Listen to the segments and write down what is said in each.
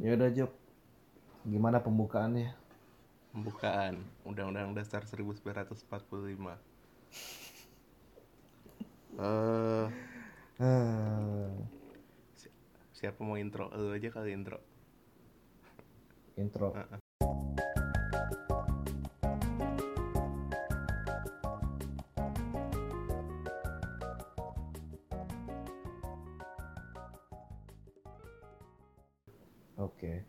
Ya udah Job, gimana pembukaannya? Pembukaan Undang-Undang Dasar 1945. Eh, siapa mau intro? Lu aja kali intro. Intro. Oke.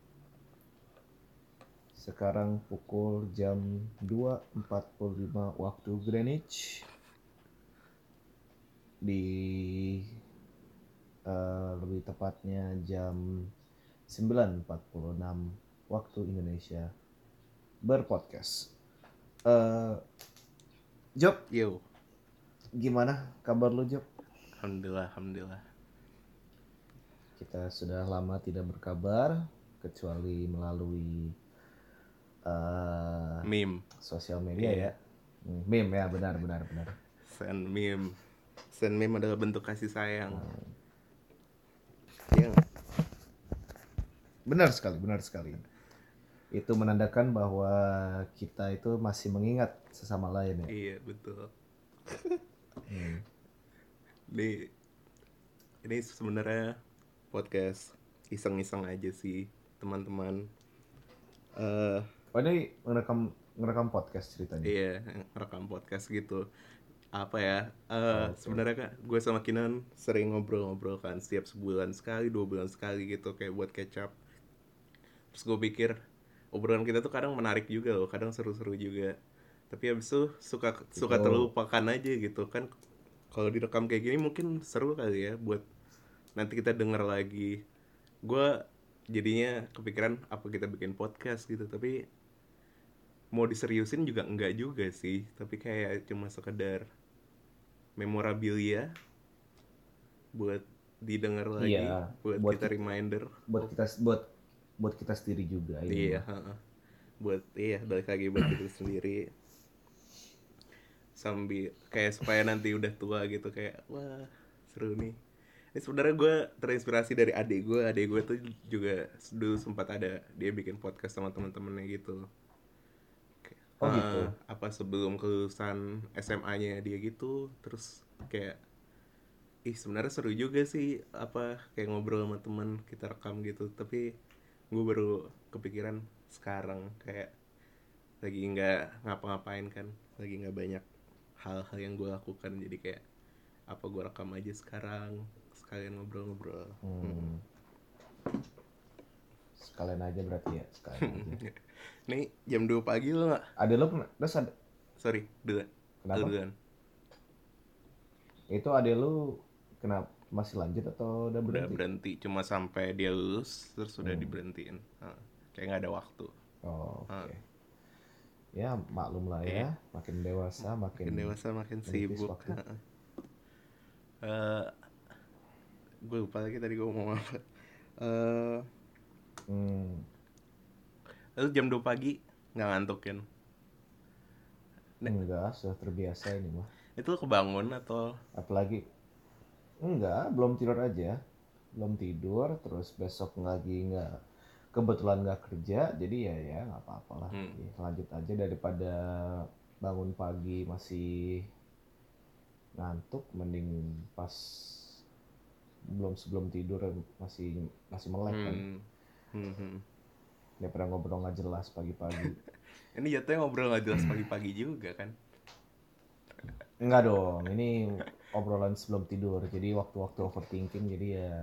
Sekarang pukul jam 2.45 waktu Greenwich. Di lebih tepatnya jam 9.46 waktu Indonesia berpodcast. Job, Yo, gimana kabar lu Job? alhamdulillah. Kita sudah lama tidak berkabar kecuali melalui Meme. sosial media Iya. ya. Meme ya, benar. Send meme adalah bentuk kasih sayang. Iya nggak? Benar sekali. Itu menandakan bahwa kita itu masih mengingat sesama lain ya. Iya, betul. Ini sebenarnya podcast iseng-iseng aja sih, teman-teman. Oh, ini ngerekam podcast ceritanya. Iya, rekam podcast gitu. Apa ya? Okay. Sebenarnya kan gue sama Kinan sering ngobrol-ngobrol kan setiap sebulan sekali, 2 bulan sekali gitu, kayak buat catch up. Terus gue pikir obrolan kita tuh kadang menarik juga loh, kadang seru-seru juga. Tapi abis itu suka terlupakan aja gitu kan. Kalau direkam kayak gini mungkin seru kali ya buat nanti kita denger lagi. Gue jadinya kepikiran apa kita bikin podcast gitu, tapi mau diseriusin juga enggak juga sih, tapi kayak cuma sekedar memorabilia buat didengar lagi, Iya, buat kita reminder. buat kita sendiri juga ini Iya, mah. balik lagi buat diri sendiri, sambil kayak supaya nanti udah tua gitu kayak wah seru nih. Ini sebenarnya gue terinspirasi dari adik gue tuh juga dulu sempat ada dia bikin podcast sama teman-temannya gitu. Oh gitu. Apa sebelum kelulusan SMA-nya dia gitu, terus kayak sebenarnya seru juga sih apa kayak ngobrol sama teman kita rekam gitu, tapi gue baru kepikiran sekarang kayak lagi nggak ngapa-ngapain kan, lagi nggak banyak hal-hal yang gue lakukan, jadi kayak apa gue rekam aja sekarang sekalian ngobrol-ngobrol. Sekalian aja berarti ya, sekalian aja. Nih jam 2 pagi lo nggak? Ada lo terus ada Sorry dulu. kenapa? Itu ada lu kenapa masih lanjut atau udah Udah berhenti? berhenti cuma sampai dia lulus terus udah diberhentiin. Kayak nggak ada waktu. Oh, oke. Ya maklum lah ya, makin dewasa Makin dewasa makin menipis sibuk. waktu. Gue lupa lagi tadi gue ngomong apa. Lalu jam 2 pagi nggak ngantuk kan? Enggak, sudah terbiasa ini mah. Itu lo kebangun atau? Apalagi enggak, belum tidur aja. Belum tidur, terus besok lagi enggak, kebetulan nggak kerja, jadi ya nggak apa-apa lah. Ya, lanjut aja daripada bangun pagi masih ngantuk, mending pas sebelum tidur masih melek kan. Daripada ngobrol nggak jelas pagi-pagi. Ini jatuhnya ngobrol nggak jelas pagi-pagi juga kan? Enggak dong, ini obrolan sebelum tidur, jadi waktu-waktu overthinking, jadi ya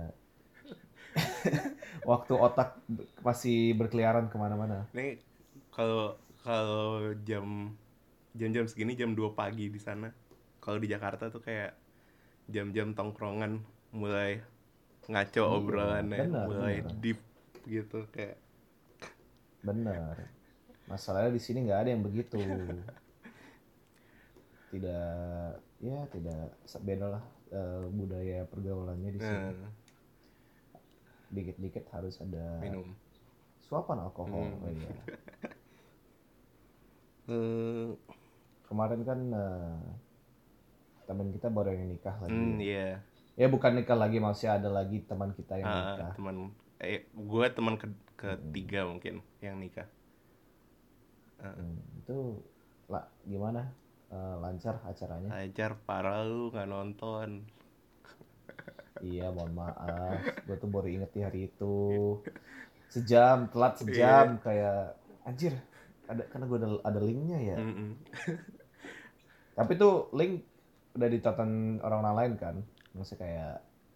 waktu otak masih berkeliaran kemana-mana. Nih kalau kalau jam-jam segini jam 2 pagi di sana. Kalau di Jakarta tuh kayak jam-jam tongkrongan mulai ngaco Iya, obrolannya, benar. mulai deep gitu kayak. Benar. Masalahnya di sini nggak ada yang begitu. Tidak beda lah budaya pergaulannya di sini. Dikit-dikit harus ada Minum. suapan alkohol. Oh, iya. Kemarin kan teman kita baru yang nikah lagi. Iya. Ya bukan nikah lagi, maksudnya ada lagi teman kita yang nikah. Teman gue teman ketiga mungkin yang nikah. Itu lah gimana? Lancar acaranya? Ajar parah lu nggak nonton. Iya, mohon maaf. Gue tuh baru inget di hari itu. Telat Iya. sejam kayak anjir. Karena gue ada linknya ya. Mm-mm. Tapi tuh link udah ditonton orang lain kan. Maksudnya kayak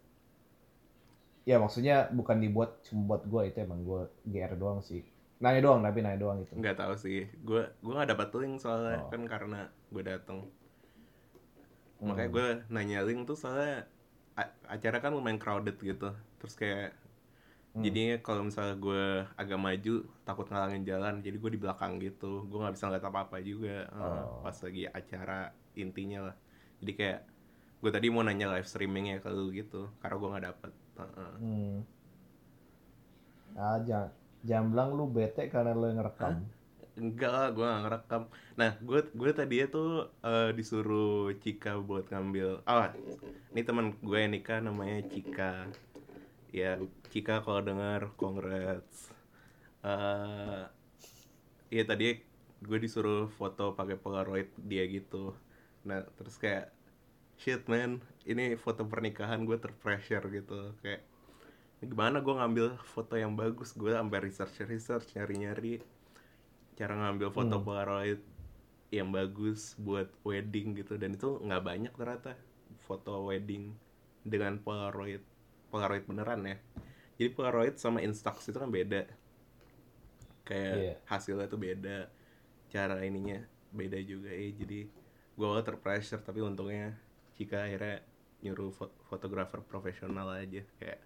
ya maksudnya bukan dibuat cuma buat gue, itu emang gue GR doang sih. Nanya doang itu. Nggak tahu sih, gue nggak dapat link soalnya Oh. kan karena gue datang. Makanya Hmm. gue nanya link tuh soalnya acara kan lumayan crowded gitu, terus kayak Hmm. jadinya kalau misalnya gue agak maju takut ngalangin jalan, jadi gue di belakang gitu, gue nggak bisa ngeliat apa apa juga pas Oh. lagi acara intinya lah. Jadi kayak gue tadi mau nanya live streamingnya ke lu gitu karena gue nggak dapet. Hmm. Ah, jangan bilang lu bete karena lu yang ngerekam. Hah? Enggak lah, gue gak ngerekam. Nah, gue tadinya tuh disuruh Cika buat ngambil. Ini teman gue yang nikah namanya Cika. Ya, Cika kalau dengar, congrats. Eh, Iya tadi gue disuruh foto pakai Polaroid dia gitu. Nah, terus kayak shit man, ini foto pernikahan gue terpressure gitu. Kayak gimana gue ngambil foto yang bagus, gue sampai research nyari cara ngambil foto Hmm. Polaroid yang bagus buat wedding gitu, dan itu nggak banyak ternyata foto wedding dengan Polaroid beneran ya. Jadi Polaroid sama Instax itu kan beda, kayak Iya. hasilnya tuh beda, cara ininya beda juga jadi gue awal terpressure, tapi untungnya Cika akhirnya nyuruh fotografer profesional aja kayak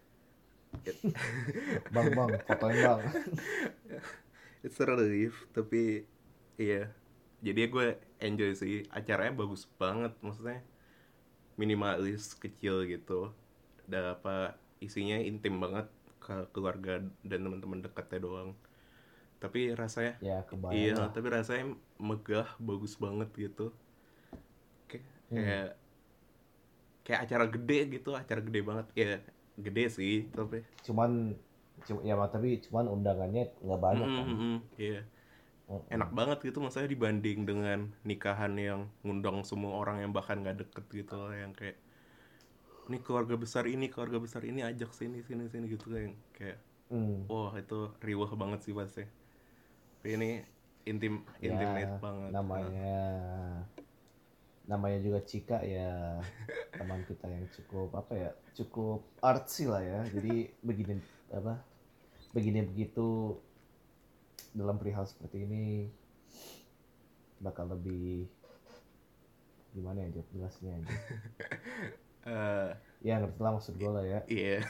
Bang, fotoin bang. it's a relief, tapi iya, jadi gue enjoy sih, acaranya bagus banget, maksudnya minimalis kecil gitu, ada apa isinya intim banget ke keluarga dan teman-teman dekatnya doang, tapi rasanya Ya kebayang iya, lah. tapi rasanya megah, bagus banget gitu, kayak Hmm. kayak kayak acara gede gitu, acara gede banget ya, gede sih tapi Cuman, ya tapi cuman undangannya nggak banyak kan. iya, enak Mm-mm. banget gitu, maksudnya dibanding dengan nikahan yang ngundang semua orang yang bahkan nggak deket gitu loh, yang kayak ini keluarga besar ini ajak sini sini sini gitu, kayak Hmm. wah itu riwah banget sih pasti, tapi ini intimate Ya banget. namanya namanya juga Cika ya, teman kita yang cukup apa ya, cukup artsy lah ya. Jadi begini apa, begini begitu dalam perihal seperti ini bakal lebih gimana ya Jok, jelasnya aja. Eh, Ya ngerti lah maksud gue lah ya. iya.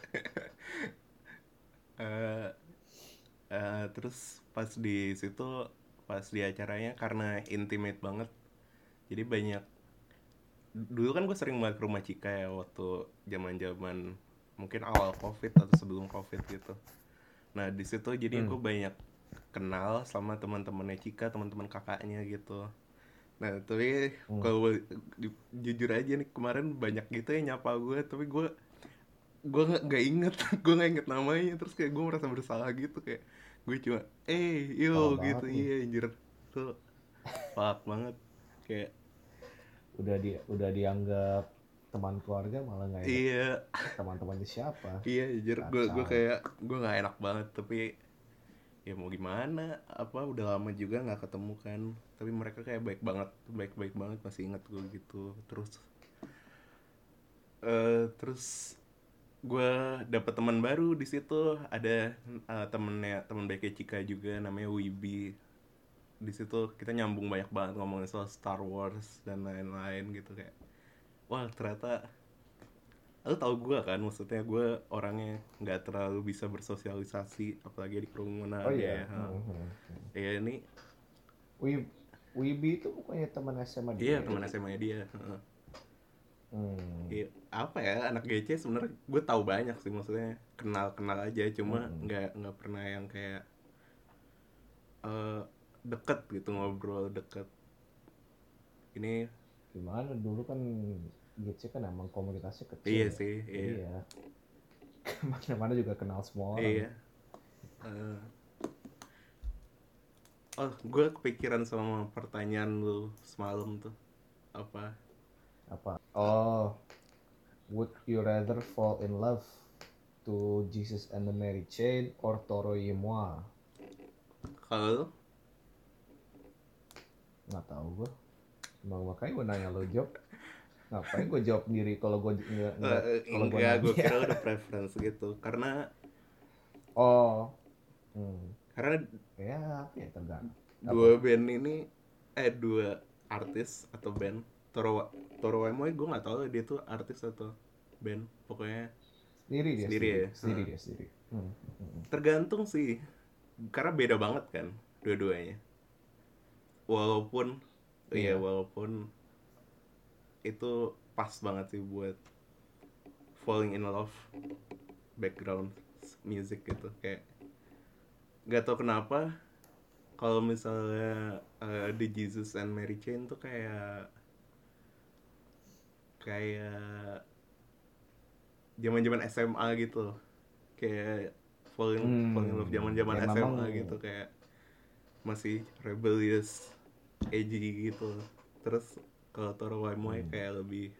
Eh, Terus pas di acaranya karena intimate banget, jadi banyak, dulu kan gue sering banget ke rumah Cika ya waktu zaman mungkin awal covid atau sebelum covid gitu. Nah di situ jadi Hmm. gue banyak kenal sama teman-temannya Cika, teman-teman kakaknya gitu. Nah tapi Hmm. kalau jujur aja nih, kemarin banyak gitu yang nyapa gue, tapi gue nggak inget gue nggak inget namanya, terus kayak gue merasa bersalah gitu, kayak gue cuma Parah yo banget gitu, nih. iya anjir tuh, fuck banget, kayak Udah dianggap teman keluarga malah nggak inget iya. teman-temannya siapa. Iya anjir, gue Kacau. kayak gue nggak enak banget, tapi ya mau gimana, apa udah lama juga nggak ketemu kan, tapi mereka kayak baik baik banget, masih ingat gue gitu. Terus gue dapet teman baru di situ, ada teman baiknya Cika juga namanya Wibi. Di situ kita nyambung banyak banget ngomongin soal Star Wars dan lain-lain gitu, kayak wah ternyata lu tau gue kan, maksudnya gue orangnya nggak terlalu bisa bersosialisasi apalagi di Oh kerumunan ya. iya. Hmm. Ya ini Wibi itu bukannya teman SMA iya dia ya? teman SMA dia. Hmm. Iya, apa ya, anak GC sebenarnya gue tahu banyak sih, maksudnya kenal kenal aja, cuma Hmm. nggak pernah yang kayak eh, deket gitu, ngobrol deket ini. Gimana dulu kan GC kan emang komunitasnya kecil Iya ya. sih, Jadi iya. ya Kemana-mana juga kenal semua orang. Iya. Oh, gue kepikiran sama pertanyaan lu semalam tuh. Apa? Oh, would you rather fall in love to Jesus and the Mary Chain or Toro y Moi? Kalau lu? Nggak tahu gue. Makanya gue nanya lo jawab. Ngapain gue jawab sendiri kalau gue nggak kalau gue Enggak, gue nanya. kira udah preference gitu. Karena Oh, karena ya apa ya tergantung. dua band ini dua artis atau band Toro Waimoy gue nggak tahu dia tuh artis atau band, pokoknya Sendiri ya. dia sendiri. Tergantung sih, karena beda banget kan dua-duanya. Walaupun Iya. walaupun itu pas banget sih buat falling in love background music gitu, kayak nggak tau kenapa kalau misalnya The Jesus and Mary Chain tuh kayak zaman-zaman SMA gitu, kayak falling in love zaman-zaman Ya SMA memang gitu, kayak masih rebellious, edgy gitu. Terus kalau Toro Waimoy kayak lebih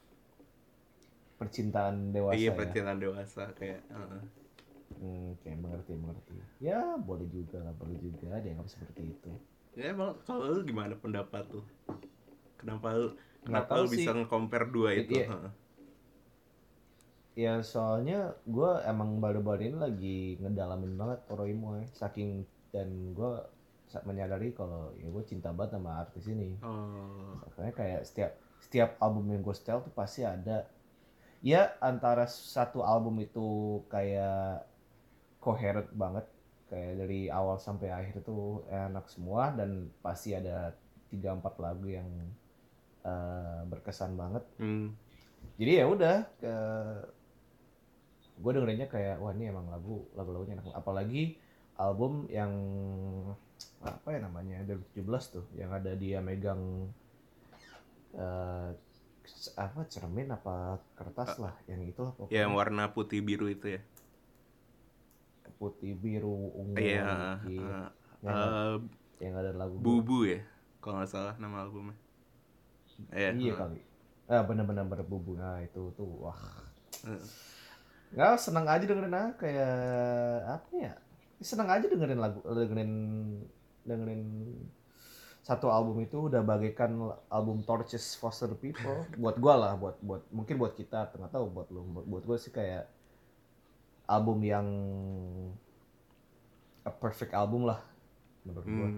percintaan dewasa iya ya. percintaan dewasa kayak Kayak mengerti. Ya boleh juga dianggap seperti itu. ya. Emang kalau lu gimana pendapat tuh? Kenapa Nggak tahu lu bisa sih. nge-compare dua itu? Ya soalnya gue emang baru-baru ini lagi ngedalamin banget Toro y Moi, saking, dan gue menyadari kalau ya gue cinta banget sama artis ini. Makanya kayak setiap album yang gue setel tuh pasti ada ya, antara satu album itu kayak coherent banget, kayak dari awal sampai akhir tuh enak semua, dan pasti ada 3-4 lagu yang berkesan banget. Jadi ya udah, gue dengerinnya kayak wah ini emang lagunya enak. Apalagi album yang apa ya namanya 2017 tuh, yang ada dia megang apa cermin apa kertas lah, yang itulah Ya, yang pokoknya. warna putih biru itu ya. Putih biru ungu Iya, dikit, yang ada lagu gue. Bubu ya, kalau nggak salah nama albumnya. Iya kali. Benar-benar berbubu. Nah itu tuh wah. Nggak, seneng aja dengerin kayak apa ya? Seneng aja dengerin dengerin satu album itu udah bagaikan album Torches Foster People buat gue lah, buat mungkin buat kita, nggak tahu buat lo. Buat gue sih kayak album yang a perfect album lah menurut gue.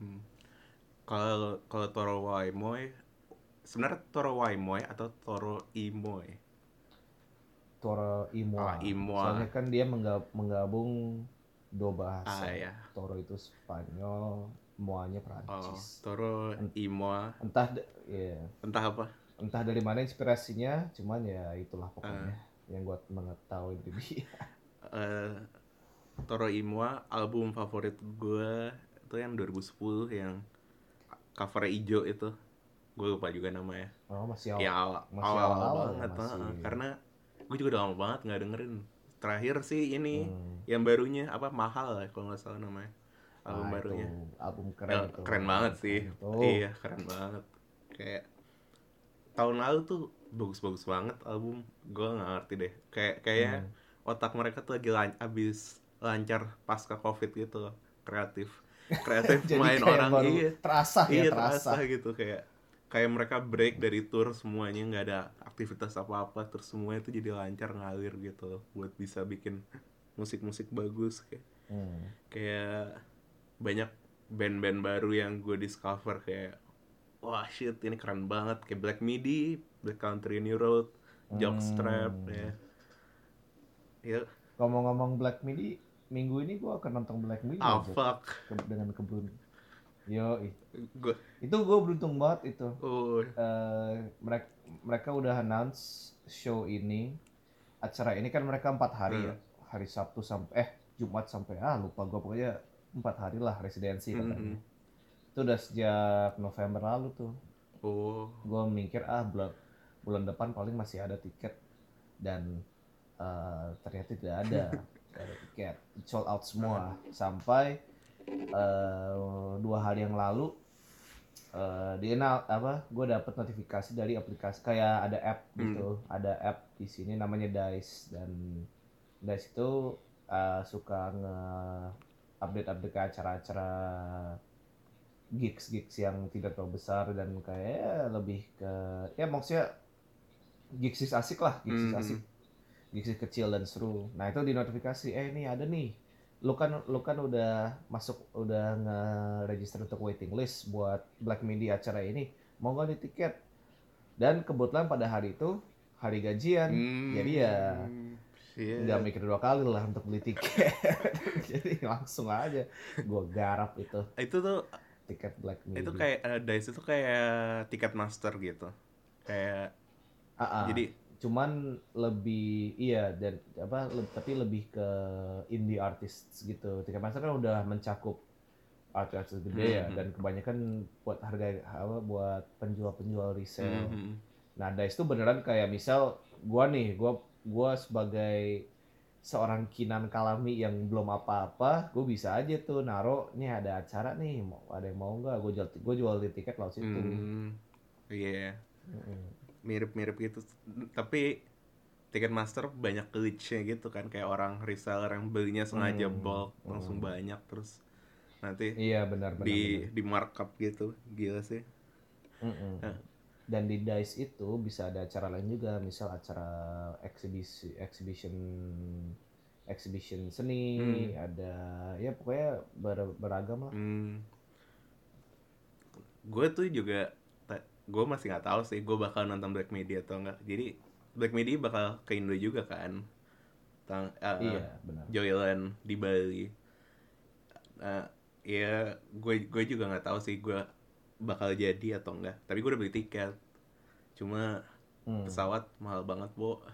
Kalau Toro Waimoy, sebenarnya Toro Waimoy atau Toro Imoy? Toro y Moi. Imoy. Soalnya kan dia menggabung dua bahasa. Ya. Toro itu Spanyol, Moanya Prancis. Toro Imoy. Entah apa? Entah dari mana inspirasinya, cuman ya itulah pokoknya yang gue mengetahui dari dia. Toro Imoy album favorit gue itu yang 2010 yang covernya hijau itu, gue lupa juga namanya. Masih awal banget karena gue juga udah lama banget nggak dengerin. Terakhir sih ini yang barunya apa, Mahal ya kalau nggak salah namanya, album barunya. Album keren itu. Keren banget sih. Iya, keren banget. Kayak tahun lalu tuh bagus-bagus banget album. Gue nggak ngerti deh, kayak otak mereka tuh lagi abis lancar pasca covid gitu, kreatif main orang. Terasa gitu, kayak mereka break dari tour semuanya, nggak ada aktivitas apa-apa, terus semuanya itu jadi lancar ngalir gitu buat bisa bikin musik bagus. Kayak banyak band-band baru yang gue discover, kayak wah shit ini keren banget, kayak Black Midi, Black Country New Road, Jockstrap ya. Ngomong-ngomong Black Midi, minggu ini gue akan nonton Black Midi fuck. dengan kebun. Itu gue beruntung banget itu. Mereka udah announce show ini, acara ini kan mereka 4 hari ya, hari Sabtu sampai Jumat sampai lupa gue, pokoknya 4 hari lah residensi katanya. Itu udah sejak November lalu tuh. Gue mikir bulan depan paling masih ada tiket, dan ternyata tidak ada tiket, sold out semua. Sampai 2 hari yang lalu gue dapet notifikasi dari aplikasi, kayak ada app gitu, ada app di sini namanya Dice, dan Dice itu suka update acara-acara gigs yang tidak terlalu besar dan kayak lebih ke ya maksudnya gigs asik lah, asik, gigs kecil dan seru. Nah itu di notifikasi, ini ada nih, lu kan udah nge-register untuk waiting list buat Black Midi acara ini, mau nggak di tiket? Dan kebetulan pada hari itu hari gajian, jadi ya nggak mikir 2 kali lah untuk beli tiket. Jadi langsung aja gue garap itu tuh tiket Black Midi. Itu kayak Dice itu kayak tiket master gitu, kayak jadi cuman lebih dan tapi lebih ke indie artists gitu. Ticketmaster kan udah mencakup artis gede ya, dan kebanyakan buat buat penjual resale. Nah Dice tuh beneran kayak misal gua sebagai seorang Kinan Kalami yang belum apa-apa, gue bisa aja tuh naro nih ada acara nih, ada yang mau nggak, gue jual di tiket laut situ. Iya. Mirip-mirip gitu, tapi Ticketmaster banyak glitch-nya gitu kan, kayak orang reseller yang belinya sengaja bulk langsung banyak, terus nanti benar di markup gitu, gila sih. Dan di Dice itu bisa ada acara lain juga, misal acara exhibition seni, ada ya pokoknya beragam lah. Gue tuh juga gue masih nggak tahu sih gue bakal nonton Black Midi atau enggak. Jadi Black Midi bakal ke Indo juga kan, iya benar, Joyland di Bali. Ya gue juga nggak tahu sih gue bakal jadi atau enggak, tapi gue udah beli tiket, cuma pesawat mahal banget, Bo.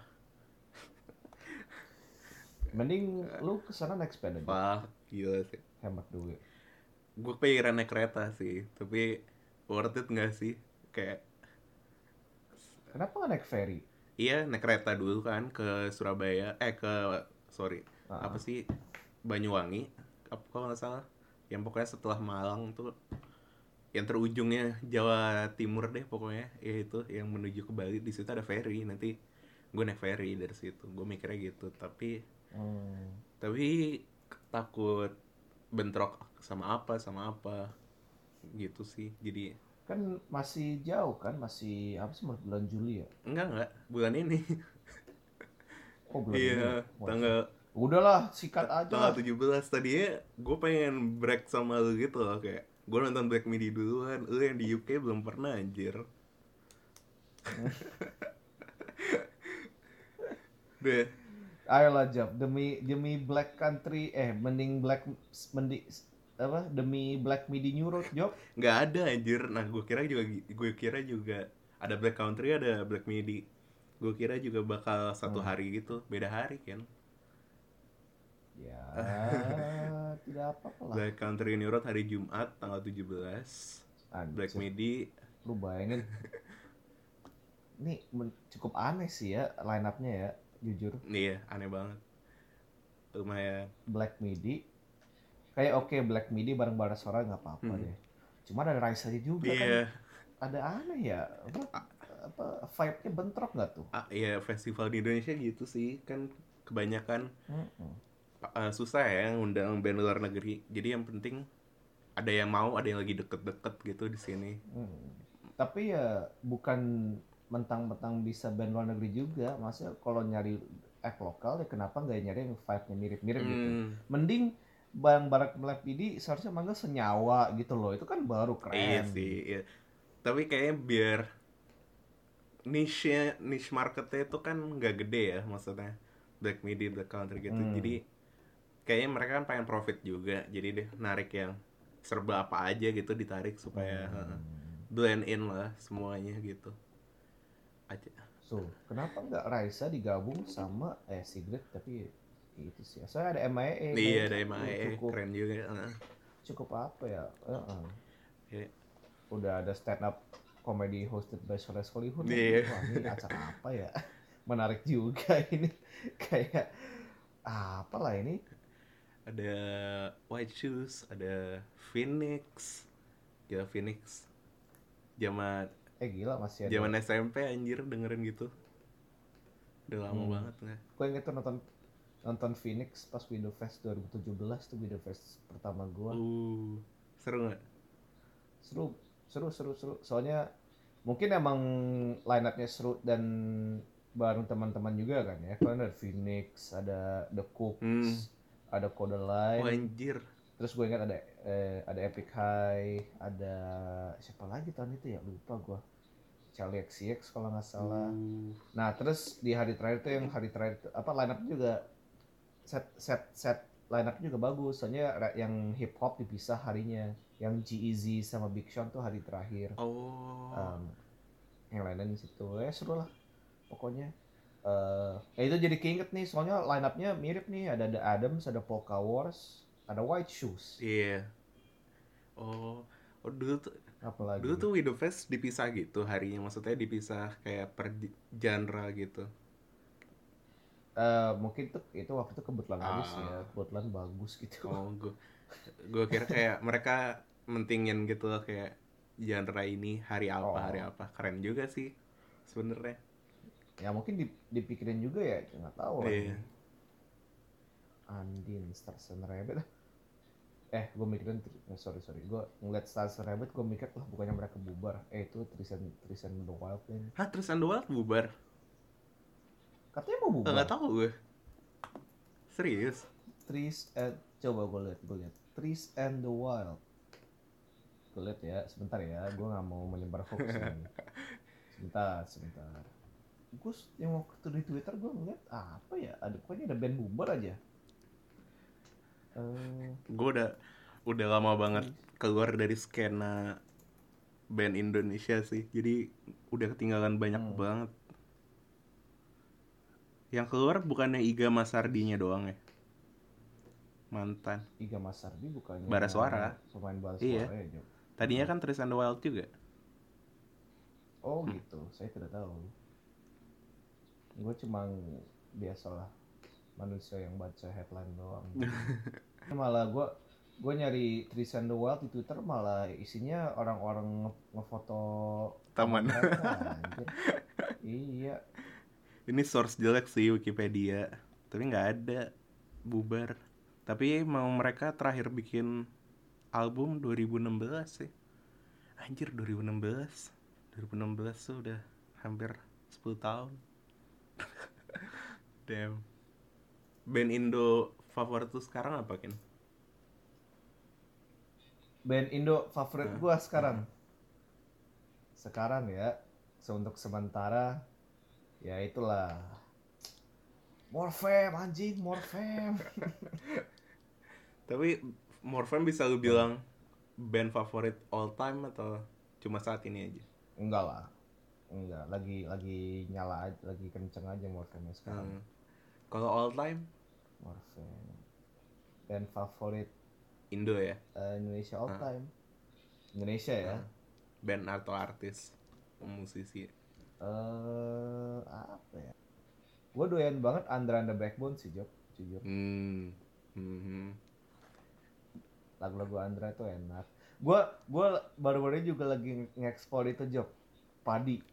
Mending lu kesana naik sepeda aja. Wah, gila sih, hemat duit. Gue pengen naik kereta sih, tapi worth it nggak sih? Kayak kenapa nggak naik ferry? iya, naik kereta dulu kan ke Surabaya, apa sih, Banyuwangi, kalau nggak salah, yang pokoknya setelah Malang tuh, yang terujungnya Jawa Timur deh pokoknya, ya itu yang menuju ke Bali. Di situ ada ferry, nanti gue naik ferry dari situ. Gue mikirnya gitu, tapi takut bentrok sama apa gitu sih. Jadi kan masih jauh kan, masih apa sih, bulan Juli ya? enggak bulan ini. Oh bulan ini ya? Iya, tanggal udahlah sikat aja tanggal lah. 17. Tadinya gue pengen break sama lu gitu loh, kayak gue nonton Black Midi duluan, lu yang di UK belum pernah anjir. Deh. Ayolah Jab, demi Black Country, mending demi Black Midi New Road, Job. Nggak ada anjir. Nah gue kira juga ada Black Country, ada Black Midi. Gue kira juga bakal satu hari gitu, beda hari kan. Ya tidak apa-apa lah. Black Country New Road hari Jumat tanggal 17. Anjir. Black Midi, lu bayangin. Ini cukup aneh sih ya line up-nya ya, jujur. Iya, aneh banget. Lumayan. Black Midi kayak oke, Black Midi bareng-bareng suara nggak apa-apa deh. Cuma ada Raisa juga kan. Ada aneh ya. Apa vibe-nya bentrok nggak tuh? Iya, festival di Indonesia gitu sih kan, kebanyakan susah ya ngundang band luar negeri. Jadi yang penting ada yang mau, ada yang lagi deket-deket gitu di sini. Tapi ya bukan mentang-mentang bisa band luar negeri juga. Maksudnya kalau nyari act lokal ya kenapa nggak nyari yang vibe-nya mirip-mirip gitu. Mending barang-barang Black Midi seharusnya manggil senyawa gitu loh. Itu kan baru keren. Iya sih, iya. Tapi kayaknya biar niche marketnya itu kan nggak gede ya, maksudnya Black Midi, Black Country gitu. Jadi kayaknya mereka kan pengen profit juga, jadi deh narik yang serba apa aja gitu, ditarik supaya blend in lah semuanya gitu aja. So kenapa nggak Raisa digabung sama Sigrid, tapi itu sih. Soalnya ada MIA. Iya, ada MIA, keren juga. Cukup apa ya? Yeah. Udah ada stand up comedy hosted by Soleh Solihun. Iya. Wah, ini acara apa ya? menarik juga ini. Kayak apalah ini. Ada White Shoes, ada Phoenix. Gila Phoenix. Zaman Gila masih ada. zaman SMP anjir dengerin gitu. Udah lama banget nggak? Gue inget tuh nonton Phoenix pas Windows Fest 2017 tuh, Windows Fest pertama gue. Seru nggak? Seru. Soalnya mungkin emang line up-nya seru dan bareng teman-teman juga kan ya. Karena ada Phoenix, ada The Cooks, ada Codaline. Anjir. Terus gue ingat ada Epic High, ada siapa lagi tahun itu ya, lupa gue. Charlie XCX kalau nggak salah. Nah terus di hari terakhir tuh, yang hari terakhir tuh, line up juga set line up juga bagus. Soalnya yang hip hop dipisah harinya. Yang G-Eazy sama Big Sean tuh hari terakhir. Yang lainnya di situ seru lah pokoknya. Itu jadi keinget nih, soalnya line up-nya mirip nih. Ada The Adams, ada Polka Wars, ada White Shoes. Iya. Dulu tuh Windows Fest dipisah gitu harinya, maksudnya dipisah kayak per genre gitu. Mungkin tuh itu waktu itu kebetulan aja sih ya, kebetulan bagus gitu. Gue kira kayak mereka mentingin gitu loh, kayak genre ini hari apa. Keren juga sih sebenarnya. Ya mungkin dipikirin juga ya, nggak tahu lah. Andin Stars and Rabbit. Gue mikirin sorry gue ngeliat Stars and Rabbit, gue mikir lah bukannya mereka bubar. Itu Trees and the Wild kan. Hah, Trees and the Wild bubar? Katanya mau bubar. Nggak tahu gue. Serius? Coba gue lihat Trees and the Wild. Gue lihat ya, sebentar ya, gue nggak mau menyebar hoax nih. Sebentar. Gue yang waktu di Twitter gue ngeliat apa ya, pokoknya ada band bubar aja. Gue udah lama banget keluar dari skena band Indonesia sih, jadi udah ketinggalan banyak banget. Yang keluar bukannya Iga Masardinya doang ya? Mantan Iga Masardi bukannya Barasuara, pemain Barasuara iya. ya. Tadinya kan Trees and the Wild juga. Oh gitu, saya tidak tahu. Gue cuma biasalah manusia yang baca headline doang. Malah gue nyari Trees and the Wild di Twitter, malah isinya orang-orang ngefoto taman mereka. Iya. Ini source jelek sih Wikipedia, tapi nggak ada, bubar. Tapi mau mereka terakhir bikin album 2016 sih. Anjir, 2016 tuh udah hampir 10 tahun. Damn. Band Indo favorit tuh sekarang apa, Ken? Band Indo favorit gue sekarang ya, untuk sementara ya itulah Morfem, anjing Morfem. Tapi Morfem bisa lu bilang band favorit all time atau cuma saat ini aja? Enggak, lagi nyala aja, lagi kenceng aja Morfemnya sekarang. Kalau all time? Morfem. Band favorit Indo ya? Indonesia all time. Indonesia ya. Band atau artis, musisi? Apa ya? Gue doyan banget Andra and the Backbone sih, Job, jujur. Lagu-lagu Andra tuh enak. Gue baru-baru juga lagi nge-explore itu, Job. Padi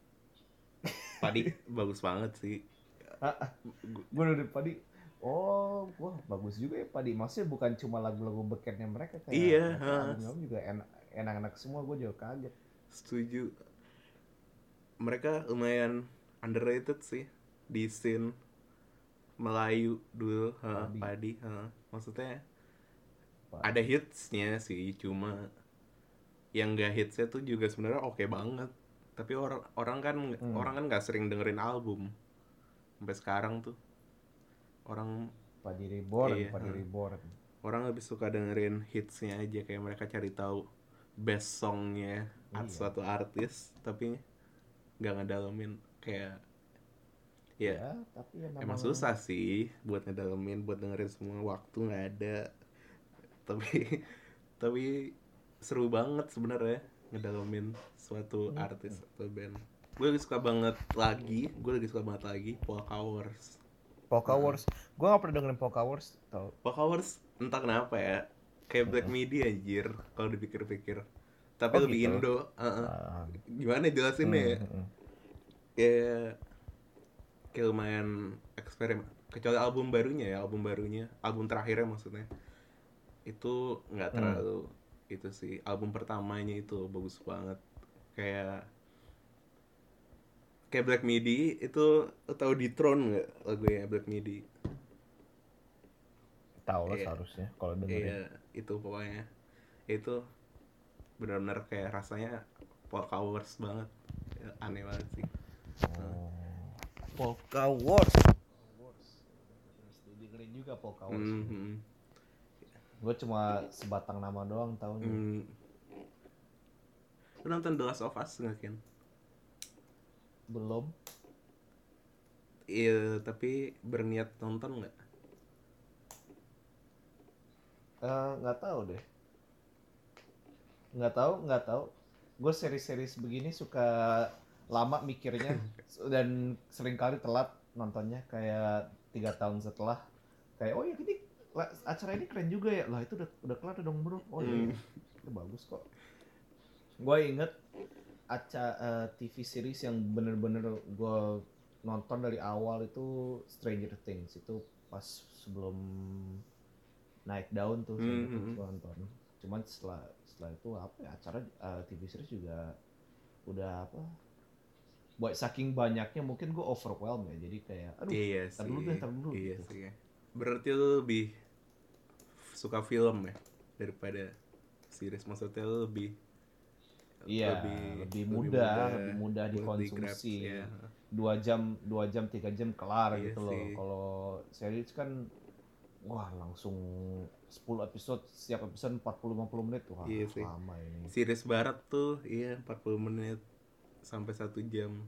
bagus banget sih. Gue udah Padi. Oh, wah bagus juga ya Padi. Maksudnya bukan cuma lagu-lagu beketnya mereka, kayak iya, album-album juga enak-enak semua. Gue juga kaget. Setuju. Mereka lumayan underrated sih di scene Melayu dulu. Padi. Maksudnya ada hitsnya sih, cuma yang gak hitsnya tuh juga sebenarnya oke banget. Tapi orang kan nggak sering dengerin album sampai sekarang tuh. Orang Padi Reborn. Orang lebih suka dengerin hitsnya aja, kayak mereka cari tahu best songnya suatu artis, tapi nggak ngedalamin kayak ya tapi ya emang susah sih buat ngedalamin, buat dengerin semua, waktu nggak ada. Tapi seru banget sebenarnya ngedalamin suatu artis atau band. Gue lagi suka banget lagi Polka Wars. Polka Wars. Gue gak pernah dengerin Polka Wars tau. Polka Wars entah kenapa ya, kayak Black Midi anjir kalau dipikir-pikir. Tapi Oh lebih gitu. Indo. Gimana jelasinnya ya? Kayak lumayan eksperimen. Kecuali album barunya, album terakhirnya maksudnya. Itu nggak terlalu itu sih. Album pertamanya itu bagus banget. Kayak Black Midi itu, tahu di Throne nggak lagunya Black Midi? Tahu lah seharusnya kalau dengerin. Iya, itu pokoknya itu benar-benar kayak rasanya Polka Wars banget. Ya, aneh banget sih. Polka Wars. Harus dengerin juga Polka Wars. Gue cuma sebatang nama doang tahunya. Lu nonton The Last of Us nggak, Ken? Belum. Iya, tapi berniat nonton nggak? Nggak tahu deh. Nggak tahu. Gue seri-seri begini suka lama mikirnya dan seringkali telat nontonnya, kayak 3 tahun setelah. Kayak oh ya ini acara ini keren juga ya, lah itu udah kelar dong bro. Oh iya, itu bagus kok. Gue inget TV series yang bener-bener gue nonton dari awal itu Stranger Things. Itu pas sebelum naik daun tuh Stranger Things gue nonton. Cuman setelah itu apa ya, acara TV series juga udah apa, buat saking banyaknya mungkin gue overwhelmed ya, jadi kayak aduh tar dulu iya gitu. sih. Berarti lu lebih suka film ya daripada series, maksudnya lu lebih mudah dikonsumsi. 2 jam 3 jam kelar gitu loh. Kalau series kan wah langsung 10 episode, setiap episode 40-50 menit tuh. Iya sih. Lama ini. Series barat tuh 40 menit sampai 1 jam.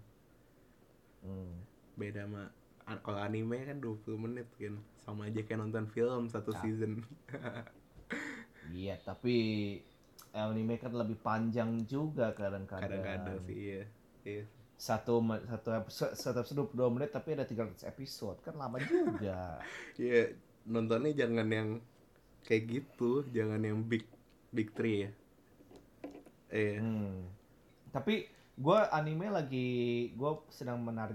Beda sama kalau anime kan 20 menit kan. Sama aja kayak nonton film satu season. Iya, tapi anime kan lebih panjang juga kadang-kadang sih, iya. Satu episode 22 menit tapi ada 300 episode, kan lama juga. Iya, nontonnya jangan yang kayak gitu, jangan yang big three ya. Tapi gue anime gue sedang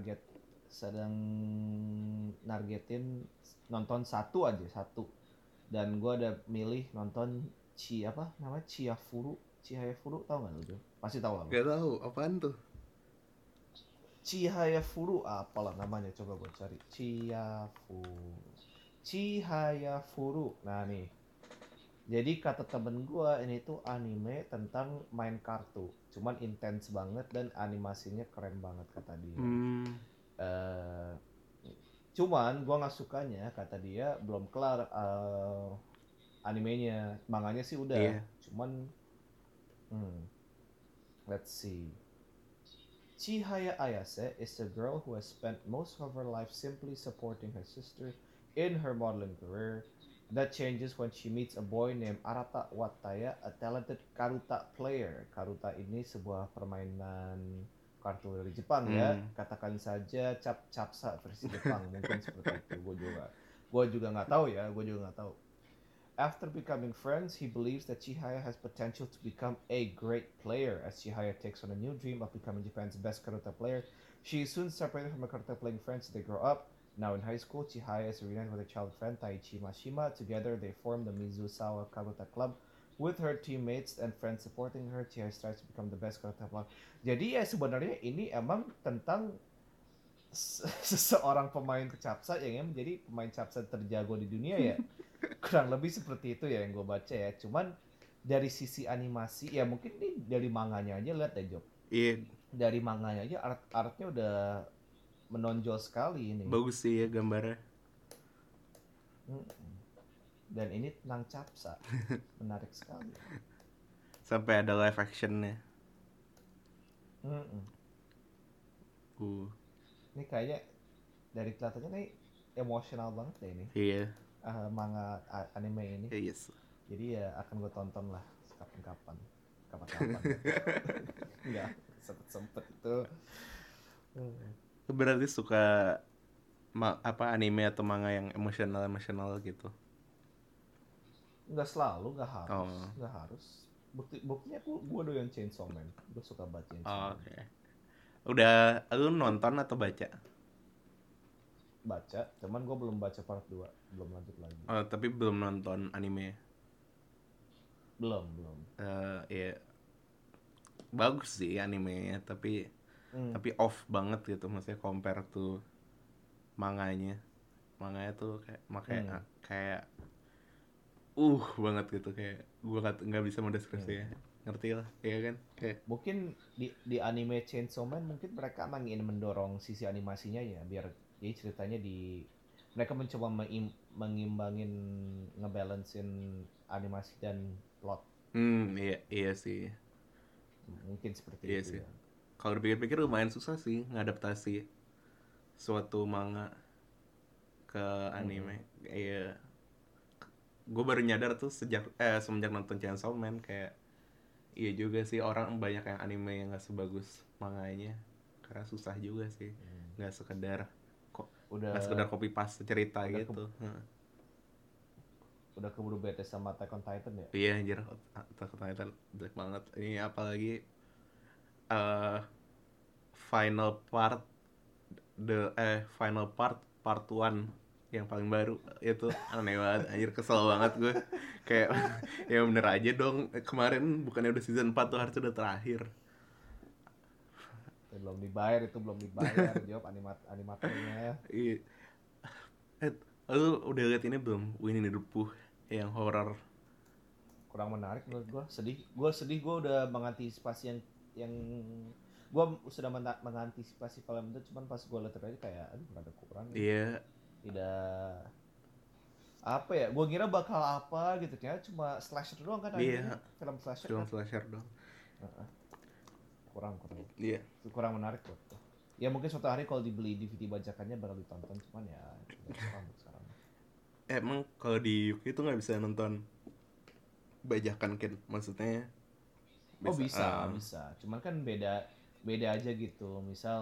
nargetin nonton satu, dan gue ada milih nonton Chihayafuru, tau nggak lu? Pasti tau lah. Gak tahu apaan tuh. Chihayafuru, apalah namanya, coba gue cari. Chihayafuru. Nah nih, jadi kata temen gue ini tuh anime tentang main kartu, cuman intens banget dan animasinya keren banget kata dia. Cuman gue nggak sukanya, kata dia belum kelar animenya. Manganya sih udah, cuman let's see. Chihaya Ayase is a girl who has spent most of her life simply supporting her sister in her modeling career. That changes when she meets a boy named Arata Wataya, a talented karuta player. Karuta ini sebuah permainan kartu dari Jepang ya. Katakan saja capsa versi Jepang, mungkin seperti itu. Gue juga nggak tahu ya. After becoming friends, he believes that Chihaya has potential to become a great player. As Chihaya takes on a new dream of becoming Japan's best karuta player, she is soon separated from her karuta playing friends as they grow up. Now in high school, Chihaya is reunited with her childhood friend Taichi Mashima. Together, they form the Mizusawa Karuta Club. With her teammates and friends supporting her, Chihaya strives to become the best karuta player. Jadi ya sebenarnya ini emang tentang seseorang pemain capsa yang menjadi pemain capsa terjago di dunia ya. Kurang lebih seperti itu ya yang gue baca ya. Cuman dari sisi animasi ya mungkin ini dari manganya aja, lihat deh Job. Iya. Dari manganya aja artnya udah menonjol sekali ini. Bagus sih ya gambarnya. Dan ini tentang capsa. Menarik sekali. Sampai ada live actionnya. Ini kayaknya dari kelihatannya nih emosional banget deh ini. Iya. Manga anime ini. Yes. Jadi ya akan gue tonton lah kapan-kapan. Enggak sempet itu. Berarti suka anime atau manga yang emosional gitu. Nggak selalu, nggak harus, Oh. nggak harus. Buktinya gue doyan Chainsaw Man, gue suka baca Chainsaw Man. Oke. Udah lu nonton atau baca? Baca, cuman gue belum baca part 2, belum lanjut lagi. Oh, tapi belum nonton anime. Belum. Ya bagus sih animenya, tapi off banget gitu, maksudnya compare to manganya tuh kayak banget gitu, kayak gue nggak bisa mendeskripsinya. Ngerti lah ya kan, kayak mungkin di anime Chainsaw Man mungkin mereka emang ingin mendorong sisi animasinya ya, biar jadi ceritanya mereka mencoba mengimbangin, ngebalancein animasi dan plot. iya sih, Mungkin seperti iya itu sih. ya. Kalau dipikir-pikir lumayan susah sih ngadaptasi suatu manga ke anime. Iya, gue baru nyadar tuh semenjak nonton Chainsaw Man, kayak iya juga sih, orang banyak yang anime yang nggak sebagus manganya, karena susah juga sih, nggak sekedar copy paste cerita gitu. Udah keburu bete sama Attack on Titan ya. Iya anjir, Attack on Titan jelek banget ini, apalagi uh, final part final part 1 yang paling baru itu aneh banget anjir, kesel banget gue. Kayak ya bener aja dong, kemarin bukannya udah season 4 tuh, harusnya udah terakhir. Belum dibayar jawab animatornya. Iya. Lu udah liat ini belum, Winnie the Pooh yang horror? Kurang menarik menurut gue sedih. Gue udah mengantisipasi yang gue sudah mengantisipasi film itu, cuman pas gue lihat aja kayak aduh rada kurang. Iya. Tidak apa ya, gue kira bakal apa gitu, kayak cuma slasher doang kan akhirnya. Film slasher film kan slasher doang. Iya. Kurang menarik buat gue. Ya mungkin suatu hari kalau dibeli DVD bajakannya bakal ditonton, cuman ya sekarang. Emang kalau di UK itu nggak bisa nonton bajakan kan, maksudnya bisa, cuman kan beda aja gitu. Misal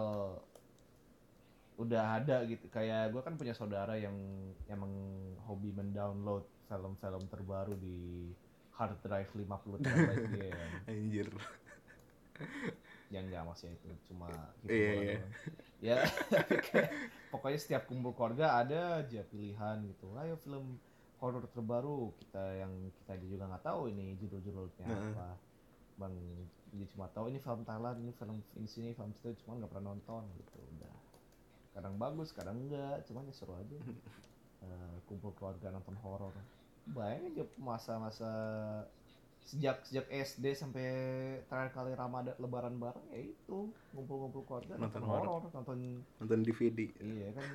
udah ada gitu, kayak gue kan punya saudara yang emang hobi mendownload film-film terbaru di hard drive 50 terabyte dia kan. Anjir. Yang enggak, maksudnya itu cuma gitu. Iya. Ya pokoknya setiap kumpul keluarga ada aja pilihan gitu, ayo film horor terbaru yang kita juga nggak tahu ini judul-judulnya apa. Bang, dia cuma tahu ini film Thailand, ini film sini, film situ, cuma nggak pernah nonton gitu. Udah, kadang bagus kadang enggak, cuman ya seru aja. Kumpul keluarga nonton horor. Bayangin aja masa-masa sejak SD sampai terakhir kali Ramadan lebaran bareng, ya itu ngumpul-ngumpul keluarga nonton horor, nonton DVD. Iya kan.